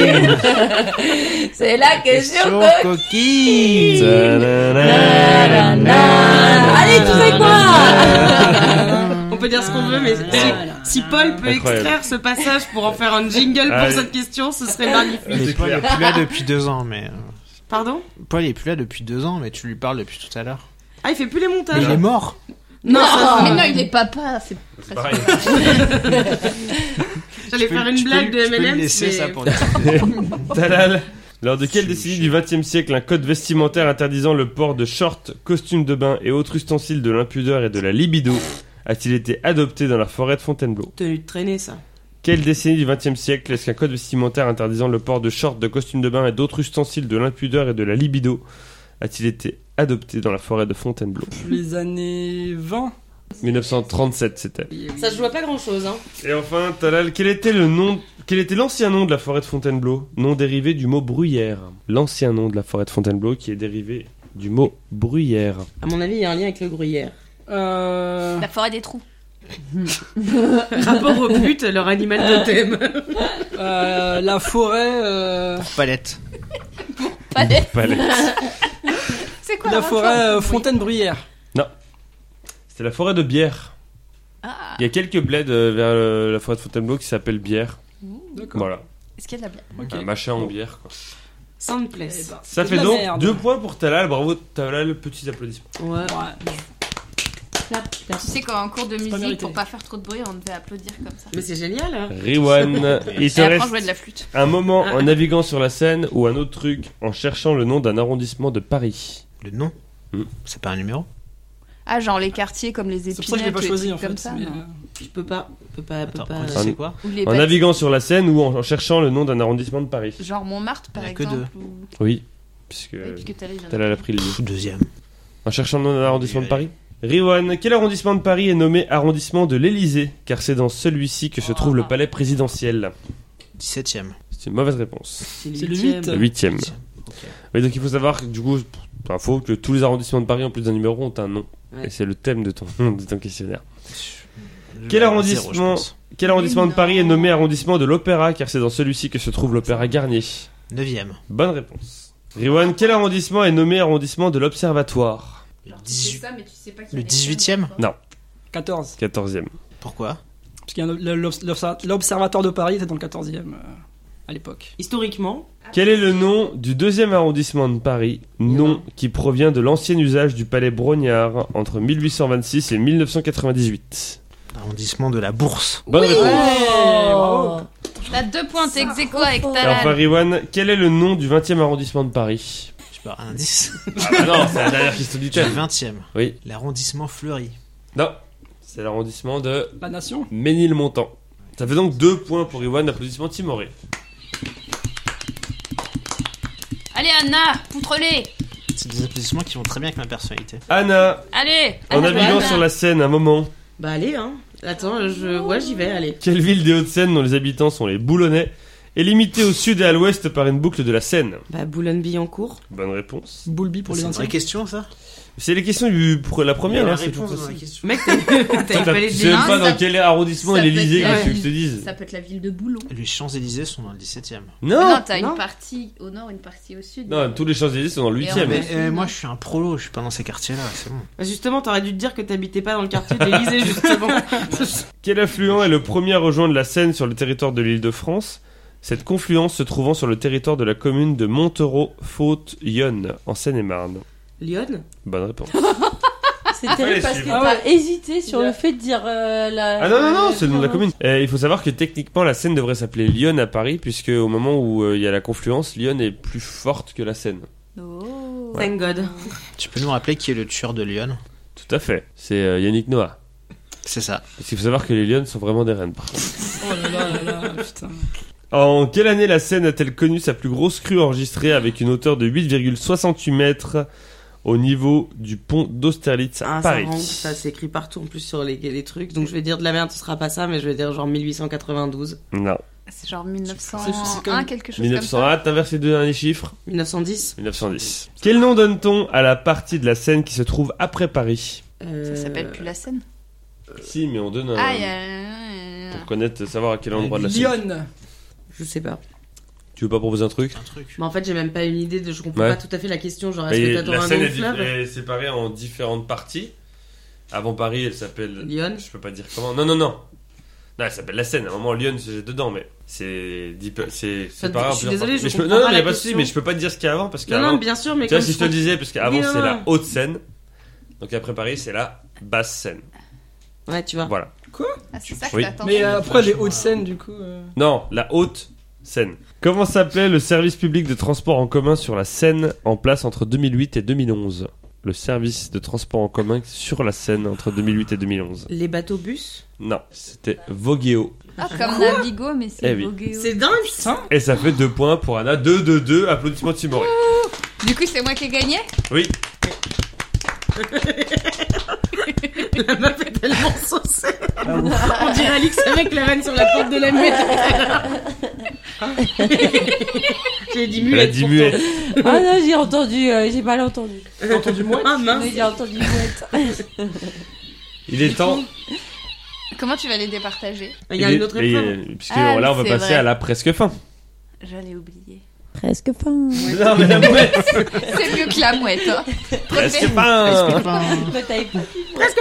C'est la question Question co. coquine. Nanana. Allez, tu sais quoi? On peut dire ce qu'on veut, mais si, si Paul peut Incroyable. extraire ce passage pour en faire un jingle pour Allez. cette question, ce serait magnifique. Mais Paul est plus là depuis deux ans, mais... euh, Pardon? Paul est plus là depuis deux ans, mais tu lui parles depuis tout à l'heure. Ah, il fait plus les Mais montages. il est mort. Non, ça, Mais non, il est papa. C'est C'est pareil. j'allais Tu faire peux- une tu peux blague lui- de tu peux M lui and M's, laisser mais... ça pour dire. Talal, lors de quelle Je- décennie je- du vingtième siècle un code vestimentaire interdisant le port de shorts, costumes de bain et autres ustensiles de l'impudeur et de la libido a-t-il été adopté dans la forêt de Fontainebleau? Tenue de traîner, ça. Quelle décennie du vingtième siècle est-ce qu'un code vestimentaire interdisant le port de shorts, de costumes de bain et d'autres ustensiles de l'impudeur et de la libido a-t-il été adopté dans la forêt de Fontainebleau? Les années vingt. dix-neuf cent trente-sept, c'était. Ça se joue à pas grand-chose, hein. Et enfin, Talal, quel était le nom, quel était l'ancien nom de la forêt de Fontainebleau? Nom dérivé du mot bruyère. L'ancien nom de la forêt de Fontainebleau qui est dérivé du mot bruyère. À mon avis, il y a un lien avec le gruyère. Euh... la forêt des trous. Rapport aux putes, leur animal totem. euh, la forêt. Euh... Palette. Palais. Palette. C'est quoi La le forêt rapport? euh, Oui. Fontaine-Bruyère. C'était la forêt de Bière. Ah, Il y a quelques bleds euh, vers euh, la forêt de Fontainebleau qui s'appellent Bière. D'accord. Voilà. est-ce qu'il y a de la blague? Ok. Un machin en bière, quoi. Soundplace. Eh ben, Ça c'est fait de la donc merde. deux points pour Talal. Bravo Talal, petits applaudissements. Ouais. Ouais. Tu sais qu'en cours de musique, mérité. pour pas faire trop de bruit, on devait applaudir comme ça. Mais c'est génial, hein. Riwan, il te Et après, on reste jouait de la flûte. un moment en naviguant sur la Seine ou un autre truc en cherchant le nom d'un arrondissement de Paris. Le nom. Hmm. C'est pas un numéro. Ah, genre les quartiers comme les C'est pour ça que je l'ai épinettes pas ou les choisi trucs en fait. comme ça. mais, non. euh, Je peux pas. Je peux pas. je peux Attends, pas. redis, Un- c'est quoi? Ou les En bâti- naviguant sur la Seine ou en en cherchant le nom d'un arrondissement de Paris. Genre Montmartre par Il y a que exemple. Ou... Oui, puisque Oui, puisque t'as les jeunes. Talal a pris le livre. Pff, deuxième. En cherchant le nom d'un arrondissement Oui, de Paris. Riwan, quel arrondissement de Paris est nommé arrondissement de l'Élysée? Car c'est dans celui-ci que se trouve le palais présidentiel. dix-septième. C'est une mauvaise réponse. C'est le huitième. huit. Le huitième. Ok. Oui, donc il faut savoir que du coup, pour info, que tous les arrondissements de Paris en plus d'un numéro ont un nom. Ouais. Et c'est le thème de ton, de ton questionnaire. Je Quel vais avoir arrondissement- zéro, je pense. Quel arrondissement de non. Paris est nommé arrondissement de l'Opéra? Car c'est dans celui-ci que se trouve l'Opéra Garnier. Neuvième. Bonne réponse. Riwan, quel arrondissement est nommé arrondissement de l'Observatoire? Le dix-huit- ça, mais tu sais pas qui le est dix-huitième. quatorze. quatorzième. Pourquoi? Parce qu'il y a un- le- l'obs- l'observatoire de Paris était dans le quatorzième euh, à l'époque. Historiquement, Quel est le nom du deuxième arrondissement de Paris? Nom qui provient de l'ancien usage du palais Brognard entre mille huit cent vingt-six et mille neuf cent quatre-vingt-dix. Arrondissement de la Bourse. Bonne réponse. bravo. T'as deux points, t'es ex aequo avec Et enfin, Talal. Riwan, quel est le nom du vingtième arrondissement de Paris? Je sais pas, un indice. Ah bah non, c'est la dernière question du Le thème. vingtième. Oui. L'arrondissement Fleury. Non, c'est l'arrondissement de La nation. Ménilmontant. Ça fait donc deux points pour Riwan, applaudissements Timoré. Allez Anna, poutre-les. C'est des applaudissements qui vont très bien avec ma personnalité. Anna, Allez. en Anna, naviguant Anna. sur la Seine un moment, bah allez, hein. Attends, je. Ouais, j'y vais, allez. quelle ville des Hauts-de-Seine dont les habitants sont les Boulonnais est limitée au sud et à l'ouest par une boucle de la Seine. Bah, Boulogne-Billancourt. Bonne réponse. Boulby pour les C'est une vraie intimes. question, ça? C'est les questions du, pour la Il y première, a la hein, c'est réponse tout dans la facile. question. Mec, t'as t'as Toi, pas les Tu sais même Non, pas ça- dans quel arrondissement ça est peut l'Elysée, être- qu'est-ce que ouais. je te dise? Ça peut être la ville de Boulon. Les Champs-Élysées sont dans le dix-septième. Non! Non, t'as Non. une partie au nord, une partie au sud. Non, tous les Champs-Élysées sont dans le Et huitième. en Mais Ouais. euh, moi, je suis un prolo, je suis pas dans ces quartiers-là, c'est bon. Bah, justement, t'aurais dû te dire que t'habitais pas dans le quartier de l'Élysée, justement. Quel affluent est le premier à rejoindre la Seine sur le territoire de l'Île-de-France? Cette confluence se trouvant sur le territoire de la commune de Montereau-Faute-Yonne, en Seine-et-Marne. Lyon? Bonne réponse. C'est Fallait terrible parce que suivre. t'as hésité sur Il a- le fait de dire euh, la. Ah non, non, non, c'est le nom de la non. commune. Euh, il faut savoir que techniquement, la Seine devrait s'appeler Lyon à Paris, puisque au moment où euh, il y a la confluence, Lyon est plus forte que la Seine. Oh. Thank God. Tu peux nous rappeler qui est le tueur de Lyon? Tout à fait. C'est euh, Yannick Noah. C'est ça. Parce qu'il faut savoir que les Lyonnes sont vraiment des reines, par contre. Oh là là là là, putain. En quelle année la Seine a-t-elle connu sa plus grosse crue enregistrée avec une hauteur de huit virgule soixante-huit mètres au niveau du pont d'Austerlitz à Ah, ça Paris? rend ouf, ça c'est écrit partout en plus sur les, les trucs. Donc je vais dire de la merde, ce sera pas ça, mais je vais dire genre mille huit cent quatre-vingt-douze. Non. C'est genre mille neuf cent C'est- c'est comme- un, quelque chose mille neuf cent un, t'inverses les deux derniers chiffres. mille neuf cent dix. mille neuf cent dix. Quel nom donne-t-on à la partie de la Seine qui se trouve après Paris? comme ça. Euh, Ça s'appelle plus la Seine. Si, mais on donne un... Ah, il y a... Pour connaître, savoir à quel endroit de la Seine. Lyon. Je sais pas. Tu veux pas proposer un truc? Un truc. Mais en fait, j'ai même pas une idée de. Je comprends Ouais. pas tout à fait la question. Genre, est-ce Et que t'attends la un Seine nom est, de dif- fleuve? est séparée en différentes parties. Avant Paris, elle s'appelle... Lyon. Je peux pas dire comment. Non, non, non. Non, elle s'appelle la Seine. À un moment, Lyon, c'est dedans, mais c'est dix peu- c'est Ça, séparé en je suis plusieurs désolée, parties. je Mais je peux... comprends Non, non, pas mais y a la pas de souci, question. mais je peux pas te dire ce qu'il y a avant parce Non, qu'avant. non, bien sûr, mais Tu vois, comme si je te le comprends- disais, parce qu'avant Oui, non, c'est la non. Haute-Seine. Donc après Paris, c'est la Basse-Seine. Ouais, tu vois. Voilà. Ah, c'est ça que Oui. t'attends. Mais euh, pourquoi les Hauts-de-Seine du coup euh... Non, la Haute-Seine. Comment s'appelait le service public de transport en commun sur la Seine en place entre deux mille huit et deux mille onze? Le service de transport en commun sur la Seine entre deux mille huit et deux mille onze. Les bateaux bus. Non, c'était Voguéo. Ah, comme Navigo, mais c'est Eh oui. Voguéo. C'est dingue. Putain. Et ça fait deux points pour Anna. deux, deux, deux. Applaudissements de Timoré. Du coup, c'est moi qui ai gagné. Oui. La meuf est tellement saucée. On dirait Alix avec la vanne sur la porte de la muette. J'ai dit muette. Elle a dit pourtant. muette. Ah non, j'ai entendu, euh, j'ai mal entendu. T'as entendu moi? Ah mince. Oui, j'ai entendu mouette. Il est temps. Comment tu vas les départager? Il y a Il une est- autre et, épreuve. euh, Puisque Ah là, on oui, va c'est passer vrai. à la presque fin. J'allais oublier. Presque fin. Non, mais la mouette. C'est mieux que la mouette, hein. Presque fin. Bah, t'avais pas dit Presque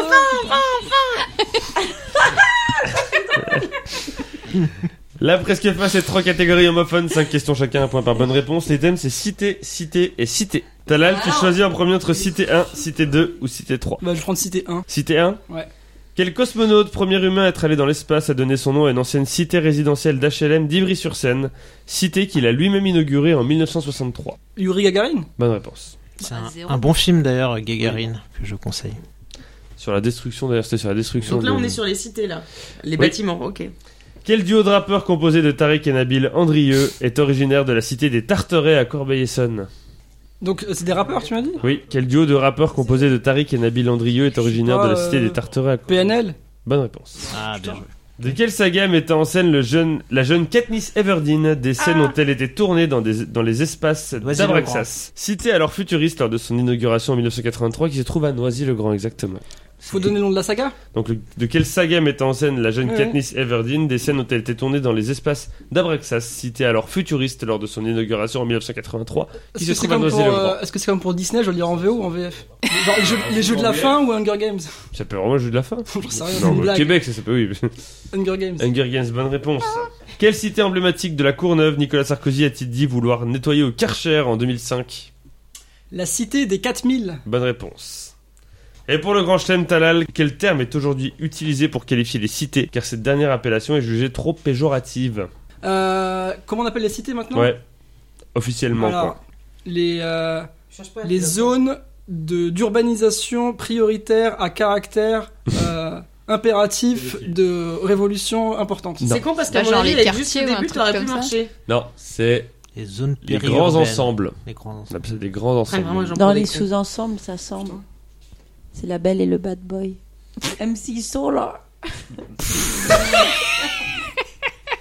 La presque fin, c'est trois catégories homophones, cinq questions chacun, un point par bonne réponse. Les thèmes, c'est cité, cité et cité. Talal, tu choisis en premier entre cité un, cité deux ou cité trois. Bah, je vais prendre cité un. Cité un. Ouais. Quel cosmonaute, premier humain à être allé dans l'espace, a donné son nom à une ancienne cité résidentielle d'H L M d'Ivry-sur-Seine, cité qu'il a lui-même inaugurée en mille neuf cent soixante-trois? Yuri Gagarin. Bonne réponse. C'est Bah, un, zéro. un bon film d'ailleurs, Gagarine, que je conseille. Sur la destruction, d'ailleurs, c'était sur la destruction. Donc là, de- on est sur les cités là. Les Oui. bâtiments, ok. Quel duo de rappeurs composé de Tariq et Nabil Andrieux est originaire de la cité des Tarterets à Corbeil-Essonnes? Donc euh, c'est des rappeurs, tu m'as dit? Oui, quel duo de rappeurs composé de Tariq et Nabil Andrieux est originaire pas, de la cité euh, des Tarterets à P N L. Bonne réponse. Ah, bien joué. De quelle saga mettant en scène le jeune, la jeune Katniss Everdeen, des scènes Ah. ont elles été tournées dans, des, dans les espaces Noisy-le-Grand. d'Abraxas, cité alors futuriste lors de son inauguration en mille neuf cent quatre-vingt-trois, qui se trouve à Noisy-le-Grand exactement. Faut donner le nom de la saga? Donc le- de quelle saga mettant en scène la jeune Ouais. Katniss Everdeen, des scènes ont elles été tournées dans les espaces d'Abraxas, cité alors futuriste lors de son inauguration en mille neuf cent quatre-vingt-trois, qui Est-ce se que c'est trouve à comme pour, Noisy-le-Grand. euh, est-ce que c'est comme pour Disney, je dois le lire en V O ou en V F? Genre les jeux, les jeux de la fin ou Hunger Games? Ça peut vraiment jouer de la fin. J'en sais rien, c'est Non, une au blague. Québec, ça, ça peut, oui. Hunger Games. Hunger Games, bonne réponse. Quelle cité emblématique de la Courneuve Nicolas Sarkozy a-t-il dit vouloir nettoyer au Karcher en deux mille cinq? La cité des quatre mille. Bonne réponse. Et pour le grand chelem Talal, quel terme est aujourd'hui utilisé pour qualifier les cités, car cette dernière appellation est jugée trop péjorative? Euh, comment on appelle les cités maintenant? Ouais, officiellement Alors, quoi. les, euh, les zones de, d'urbanisation prioritaire à caractère euh, impératif de révolution importante. Non. C'est con parce qu'à Bah, mon genre avis, les avec juste quartiers le ou un début, truc t'aurais pu comme ça. marcher. Non, c'est Les zones les périurbaines. grands ensembles. Les grands On ensemble. appelle ça des grands Ouais, ensembles. vraiment, j'en Dans prends les des cons. sous-ensembles, ça semble. C'est la belle et le bad boy. M C Solar.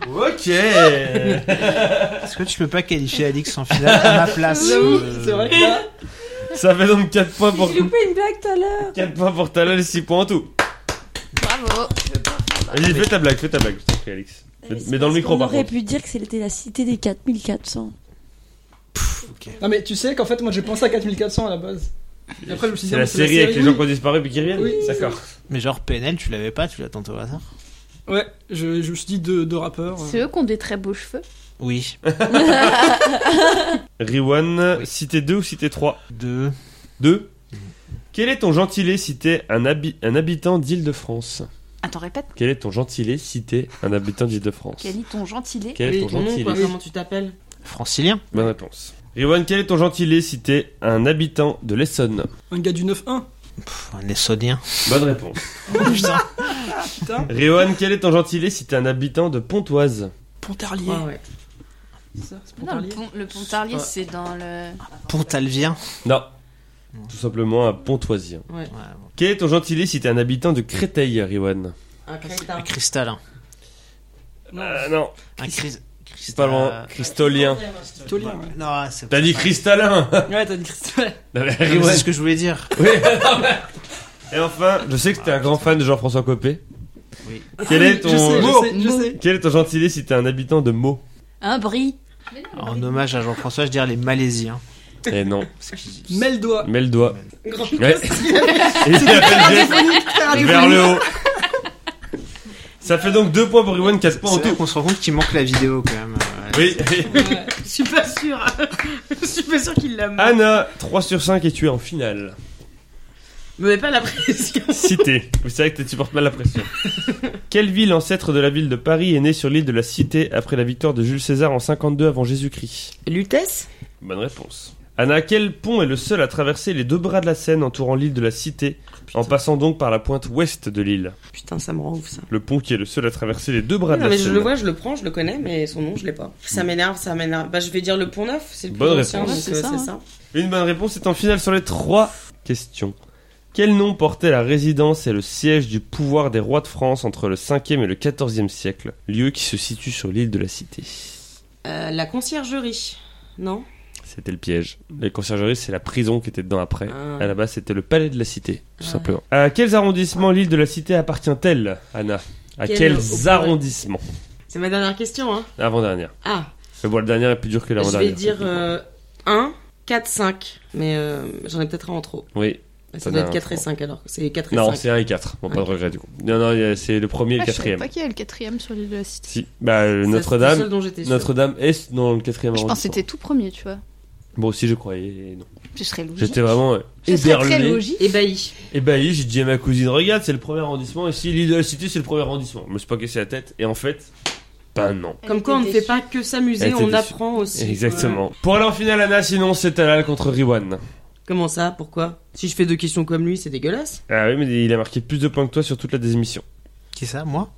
Ok. Est-ce que tu peux pas qualifier Alix en finale à ma place? J'avoue, euh, c'est vrai que là. Ça fait donc quatre points pour J'ai loupé une blague tout à l'heure. quatre points pour Talal, six points en tout. Bravo. Vas-y, fais ta blague, fais ta blague, je t'en prie, Alix. Mais, mais dans le micro, On par aurait contre. pu dire que c'était la cité des quatre mille quatre cents. Non, mais tu sais qu'en fait, moi j'ai pensé à quatre mille quatre cents à la base. Et après, je me suis dit, C'est non, la mais série avec les oui. gens qui ont disparu puis qui reviennent. Oui, D'accord. Mais genre P N L, tu l'avais pas, tu l'as tenté au hasard? Ouais, je, je me suis dit deux, deux rappeurs. euh. C'est eux qui ont des très beaux cheveux. Oui. Riwan, cité deux ou cité trois? Deux. deux. Quel est ton gentilé si t'es un, habi- un habitant d'Île-de-France? Attends, répète. Quel est ton gentilé si t'es un habitant d'Île-de-France? Quel est ton gentilé? Quel est Oui, ton ton nom, gentilé? quoi, comment tu t'appelles? Francilien. Bonne réponse. Riwan, quel est ton gentilé si t'es un habitant de l'Essonne? Un gars du neuf un. Pff, un Essonien. Bonne réponse. Putain. Putain. Riwan, quel est ton gentilé si t'es un habitant de Pontoise? Pontarlier. Ouais, ouais. C'est ça, c'est Non, Pontarlier. le, pont, le Pontarlier, Ouais. c'est dans le. Pontalvien. Non. Tout simplement un Pontoisien. Ouais. Ouais, bon. Quel est ton gentilé si t'es un habitant de Créteil, Riwan? Un crétin. Un cristallin. Non, Euh, non. Un cris... C'est pas loin. Cristolien. Tolien, ouais. Non, c'est T'as dit cristallin. Ouais, t'as dit Christophe. Non, mais Non, mais Riwan. c'est ce que je voulais dire. Oui, non, mais- Et enfin, je sais que t'es un grand fan de Jean-François Copé. Oui. Quel est ton... Je sais, Meaux. je sais, je sais. Quel est ton gentilé si t'es un habitant de Meaux? Un brie. En hommage à Jean-François, je dirais les Malaisiens. Eh non. Mets le doigt. Mets le doigt. Grand Ouais. Et il appelle vers le haut. Ça fait donc deux points pour Riwan, quatre points en C'est là tout. qu'on se rend compte qu'il manque la vidéo quand même. euh, Oui. Ouais. Je suis pas sûr. Je suis pas sûr qu'il l'a mis. Anna, trois sur cinq et tu es en finale. Me mets pas la pression. Cité. Vous savez que tu portes mal la pression. Quelle ville ancêtre de la ville de Paris est née sur l'île de la Cité après la victoire de Jules César en cinquante-deux avant Jésus-Christ? Lutèce? Bonne réponse. Anna, quel pont est le seul à traverser les deux bras de la Seine entourant l'île de la Cité, en passant donc par la pointe ouest de l'île? Putain, ça me rend ouf ça. Le pont qui est le seul à traverser les deux bras de Non, la mais je Seine. le vois, je le prends, je le connais, mais son nom, je l'ai pas. Ça m'énerve, ça m'énerve. Bah, je vais dire le Pont Neuf, c'est le plus Bonne ancien, réponse. donc Ouais, euh, c'est ça, c'est hein. ça. Une bonne réponse est en finale sur les trois questions. Quel nom portait la résidence et le siège du pouvoir des rois de France entre le cinquième et le quatorzième siècle, lieu qui se situe sur l'île de la Cité? Euh, la conciergerie, non? C'était le piège. La conciergerie, c'est la prison qui était dedans après. Ah. À la base, c'était le palais de la Cité, tout Ah. simplement. À quels arrondissements l'île de la Cité appartient-elle, Anna? À Quel- quels au pouvoir. arrondissements? C'est ma dernière question, hein. Avant-dernière. Ah, Mais bon, la dernière est plus dure que je l'avant-dernière. vais dire euh, un, quatre, cinq. Mais euh, j'en ai peut-être un en trop. Oui. Ça T'en doit as être un quatre et trop. cinq alors. C'est quatre et Non, cinq. c'est un et quatre. Bon, pas de Ok. regret du coup. Non, non, il y a- c'est le premier et le Ah, je savais quatrième. pas qu'il y avait le quatrième sur l'île de la Cité. Si. Bah, euh, Ça, c'était le Notre-Dame. seul dont j'étais sûre. Notre-Dame est dans le quatrième Je pense que arrondissement. c'était tout premier, tu vois. Bon, aussi, je croyais. et Non. Ce serait logique. J'étais vraiment euh, Ce serait très éberlué. logique. Ébahi. Ébahi, j'ai dit à ma cousine, regarde, c'est le premier arrondissement. Ici, l'île de la Cité, c'est le premier arrondissement. Je me suis pas cassé la tête. Et en fait, ben non. Elle Comme était quoi, on ne fait déçue. pas que s'amuser, Elle était on déçue. apprend aussi. Exactement. Pour aller en finale, Anna, sinon, c'est Talal contre Riwan. Comment ça? Pourquoi? Si je fais deux questions comme lui, c'est dégueulasse. Ah oui, mais il a marqué plus de points que toi sur toute la désémission. Qui ça, moi?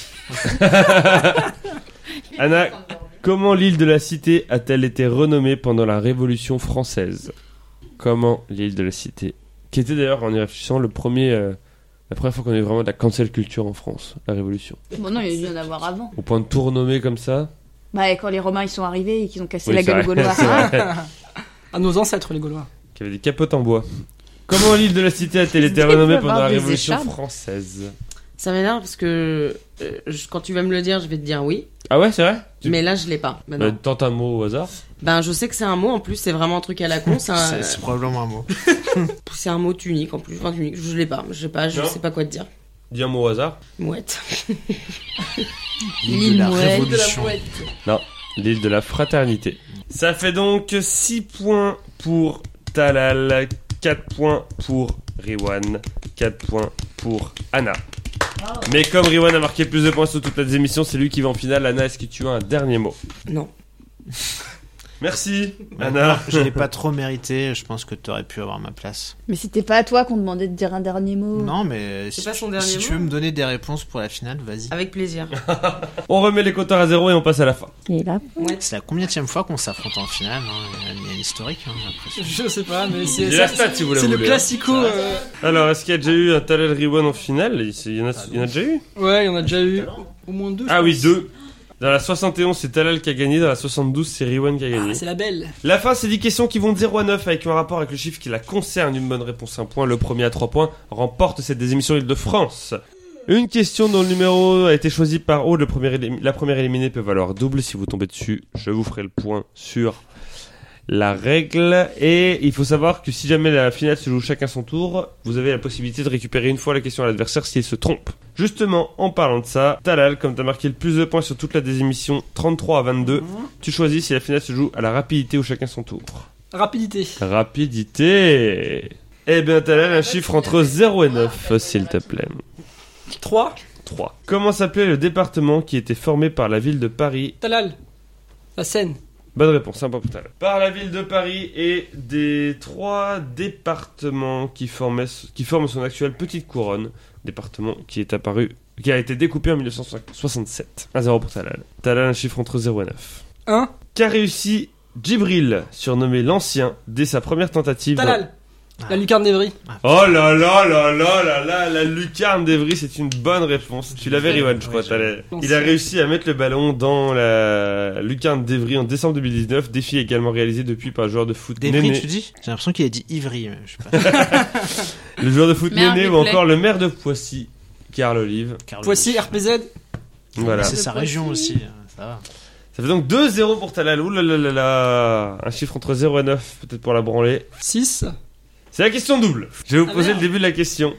Anna, comment l'île de la Cité a-t-elle été renommée pendant la Révolution française? Comment l'île de la Cité, qui était d'ailleurs, en y réfléchissant, le premier, euh, la première fois qu'on a eu vraiment de la cancel culture en France, la Révolution. Bon, non, il y a dû en avoir avant. Au point de tout renommer comme ça. Bah, et quand les Romains ils sont arrivés et qu'ils ont cassé Oui, la c'est gueule aux vrai, Gaulois. c'est vrai. À nos ancêtres, les Gaulois. Qui avait des capotes en bois. Comment l'île de la Cité a-t-elle été Ils renommée peuvent pendant la avoir des Révolution écharpes. française? Ça m'énerve parce que euh, je- quand tu vas me le dire, je vais te dire oui. Ah ouais, c'est vrai? Tu- Mais là, je l'ai pas. Bah, maintenant. tente un mot au hasard. Ben, je sais que c'est un mot en plus, c'est vraiment un truc à la con. C'est un, C'est c'est probablement un mot. c'est un mot unique en plus. Enfin, unique. Je l'ai pas. Je sais pas. Je Non. sais pas quoi te dire. Dis un mot au hasard. Mouette. L'île de la mouette. Révolution. L'île de la Fraternité. Ça fait donc six points pour Talal, quatre points pour Riwan, quatre points pour Anna. Mais comme Riwan a marqué plus de points sur toute la émission, c'est lui qui va en finale. Anna, est-ce que tu as un dernier mot? Non. Merci, Anna. Je l'ai pas trop mérité, je pense que t'aurais pu avoir ma place. Mais c'était pas à toi qu'on demandait de dire un dernier mot. Non, mais C'est si, pas tu, son dernier si mot. tu veux me donner des réponses pour la finale, vas-y. Avec plaisir. On remet les compteurs à zéro et on passe à la fin. Et là, Mouette. C'est la combienième fois qu'on s'affronte en finale, hein. Il y a- il y a une historique, hein, j'ai l'impression. Je sais pas, mais c'est J'ai la c'est- stat si vous la c'est le voulez. classico. euh, Alors, est-ce qu'il y a déjà eu un Talal Riwan en finale? Il y en a, il y en a déjà eu? Ouais, il y en a déjà eu au moins deux. je Ah oui, pense. deux. Dans la soixante et onze, c'est Talal qui a gagné. Dans la soixante-douze, c'est Riwan qui a gagné. Ah, c'est la belle. La fin, c'est dix questions qui vont de zéro à neuf avec un rapport avec le chiffre qui la concerne. Une bonne réponse, un point. Le premier à trois points remporte cette des émissions Île-de-France. Une question dont le numéro a été choisi par Aude. Le premier élim- la première éliminée peut valoir double. Si vous tombez dessus, je vous ferai le point sur la règle. Et il faut savoir que si jamais la finale se joue chacun son tour, vous avez la possibilité de récupérer une fois la question à l'adversaire s'il se trompe. Justement, en parlant de ça, Talal, comme t'as marqué le plus de points sur toute la des émissions trente-trois à vingt-deux, mmh. tu choisis si la finale se joue à la rapidité ou chacun son tour. Rapidité. Rapidité. Eh bien, Talal, un chiffre entre zéro et neuf, s'il te plaît. trois. trois. Comment s'appelait le département qui était formé par la ville de Paris? Talal. La Seine. Bonne réponse, un point pour Talal. Par la ville de Paris et des trois départements qui, formaient, qui forment son actuelle petite couronne, département qui est apparu, qui a été découpé en dix-neuf cent soixante-sept. un zéro pour Talal. Talal, un chiffre entre zéro et neuf. un. Qu'a réussi Djibril, surnommé l'Ancien, dès sa première tentative? Talal. dans... La lucarne d'Evry. Oh là là là là là là, la lucarne d'Evry, c'est une bonne réponse. Tu l'avais, Riwan, je crois. Ouais, Il a réussi à mettre le ballon dans la lucarne d'Evry en décembre deux mille dix-neuf. Défi également réalisé depuis par le joueur de foot D'Evry, Néné. tu dis? J'ai l'impression qu'il a dit Ivry, mais je sais pas. Le joueur de foot Mais un Néné ou replay. encore le maire de Poissy, Carl Olive. Carl Poissy, Olive. R P Z. Voilà. C'est sa région aussi, ça va. Ça fait donc deux zéro pour Talal. Ouh là là là là. Un chiffre entre zéro et neuf, peut-être pour la branler. six. C'est la question double. Je vais vous Ah, poser merde. le début de la question.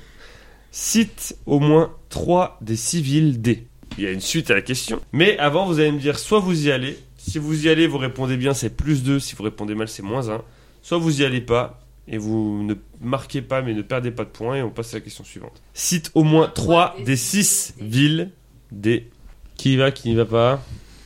Cite au moins trois des six villes D. Il y a une suite à la question. Mais avant, vous allez me dire soit vous y allez. Si vous y allez, vous répondez bien, c'est plus deux. Si vous répondez mal, c'est moins un. Soit vous y allez pas et vous ne marquez pas mais ne perdez pas de points et on passe à la question suivante. Cite au moins trois des six villes D. Qui y va, qui n'y va pas?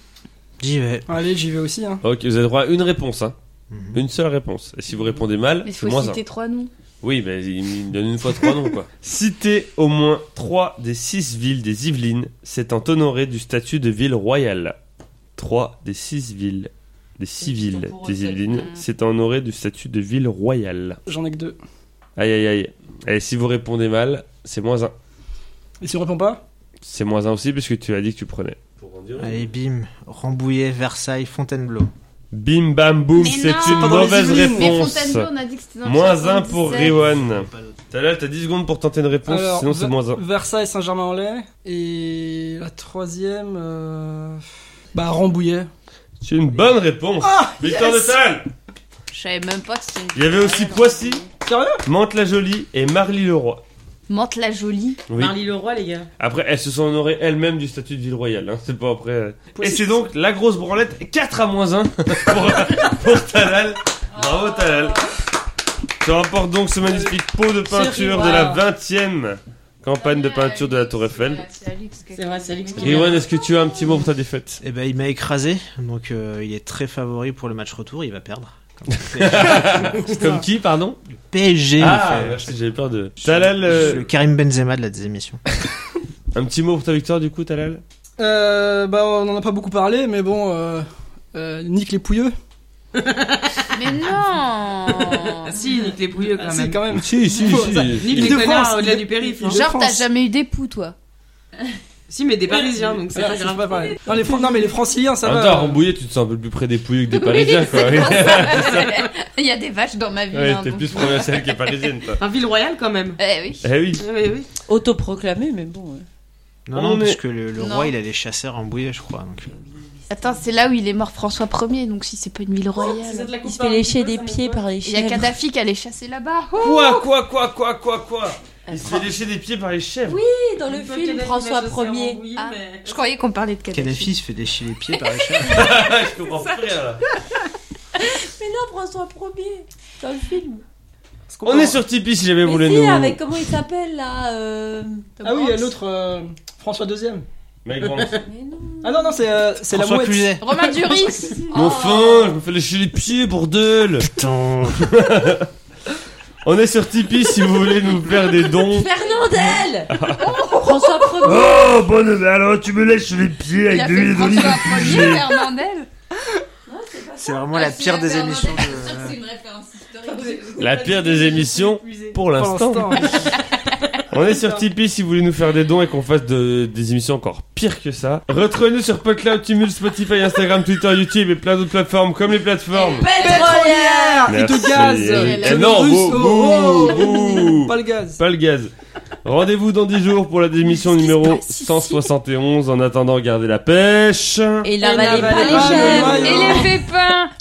J'y vais. Allez, j'y vais aussi. Hein. Ok, vous avez droit à une réponse. Hein. Mhm. Une seule réponse. Et si vous répondez mal, Mais il c'est faut moins un. citer trois noms. Oui, mais il me donne une fois trois noms, quoi. Citer au moins trois des six villes des Yvelines s'étant honorées du statut de ville royale. Trois des six villes des six villes des Yvelines s'étant honorées du statut de ville royale. J'en ai que deux. Aïe, aïe, aïe. Et si vous répondez mal, c'est moins un. Et si on répond pas? C'est moins un aussi, puisque tu as dit que tu prenais. Allez, bim. Rambouillet, Versailles, Fontainebleau. Bim, bam, boum, Mais c'est non, une pas dans les mauvaise Yvelines. Mais réponse. Fontainebleau, on a dit que c'était dans le Moins un pour soixante-dix-sept. Riwan. T'as là, t'as dix secondes pour tenter une réponse, Alors, sinon c'est Ver- moins un. Versailles, Saint-Germain-en-Laye. Et la troisième. Euh... Bah, Rambouillet. C'est une bonne réponse. Ah, Victoire yes de Tal. Je savais même pas que c'était une Il y avait aussi ville Poissy. royale. Sérieux? Mantes-la-Jolie et Marly-le-Roi. Mantes-la-Jolie. Oui. Marly-le-Roi, les gars. Après, elles se sont honorées elles-mêmes du statut de ville royale. Hein. C'est pas après. euh. Et Poissy. c'est donc la grosse branlette quatre à moins un pour, pour Talal. Bravo Talal. Tu remportes donc ce magnifique pot de peinture de la vingtième campagne de peinture de la Tour Eiffel. C'est vrai, c'est Alix qui Riwan, est-ce que tu as un petit mot pour ta défaite? Eh ben, il m'a écrasé, donc euh, il est très favori pour le match retour, il va perdre. Comme le P S G. Comme qui, pardon? P S G, Ah, il fait- merci, j'avais peur de. Talal, Je euh, suis le Karim Benzema de la désémission. un petit mot pour ta victoire du coup, Talal? Euh, bah, on en a pas beaucoup parlé, mais bon. Euh... Euh, Nick les Pouilleux. Mais non. Ah si, Nick les Pouilleux, quand Ah, si, même. quand même. Si, si, Faut- si. ça- Nick Île les de connards France, au-delà Île- du périph'. Île hein. de Genre, France. t'as jamais eu d'époux, toi. Si, mais des Parisiens, donc c'est Ah, pas c'est grave. pas pareil. Non, les, Fran- non, mais les Franciliens, ça En même va. temps, à Rambouillet, tu te sens un peu plus près des pouilleux que des Parisiens, quoi. Oui, Il y a des vaches dans ma vie. ouais, hein, t'es donc- plus provinciale que parisienne, toi. Enfin, ville royale, quand même. Eh oui. Eh oui. Oui, oui. Autoproclamé, mais bon. ouais. Non, On non, est- parce que le, le Non. roi, il allait chasser Rambouillet, je crois. Donc... Attends, c'est là où il est mort François Ier, donc si c'est pas une ville royale. Il se fait lécher des pieds par les Il y a chèvres. Kadhafi qui allait chasser là-bas. Quoi, quoi, quoi, quoi, quoi, quoi? Il se fait lécher des pieds par les chèvres. Oui, dans le film François Ier. Ah, je croyais qu'on parlait de Kadhafi. Kadhafi se fait lécher les pieds par les chèvres. Je comprends plus rien, là. Mais non, François Ier. Dans le film. On est sur Tipeee si jamais vous Mais voulez si, nous. avec comment il s'appelle là euh... Ah oui, il y a l'autre, euh, François deuxième. Mec, bon. Mais non. Ah non, non, c'est euh, c'est la François mouette. Cluzet. Romain Duris. Mais enfin, je me fais lécher les pieds, bordel. Putain. On est sur Tipeee si vous voulez nous faire des dons. Fernandel. François Ier. Oh, bonne, alors tu me lèches les pieds Il a fait François Ier, Fernandel. C'est vraiment la pire des émissions de... C'est une référence historique. La pire des émissions pour Pour l'instant. l'instant. On est sur Tipeee si vous voulez nous faire des dons et qu'on fasse de, des émissions encore pires que ça. Retrouvez-nous sur PodCloud, Tumult, Spotify, Instagram, Twitter, YouTube et plein d'autres plateformes comme les plateformes. Pétrolière et de Merci. gaz. Eh non, Russe, bouh, oh, bouh, bouh. Pas le gaz. Pas le gaz. Rendez-vous dans dix jours pour la démission Qu'est-ce qui se numéro passe ici cent soixante et onze. En attendant, gardez la pêche. Et n'avalez n'avalez pas les pas les chèvres. maillots. Et les pépins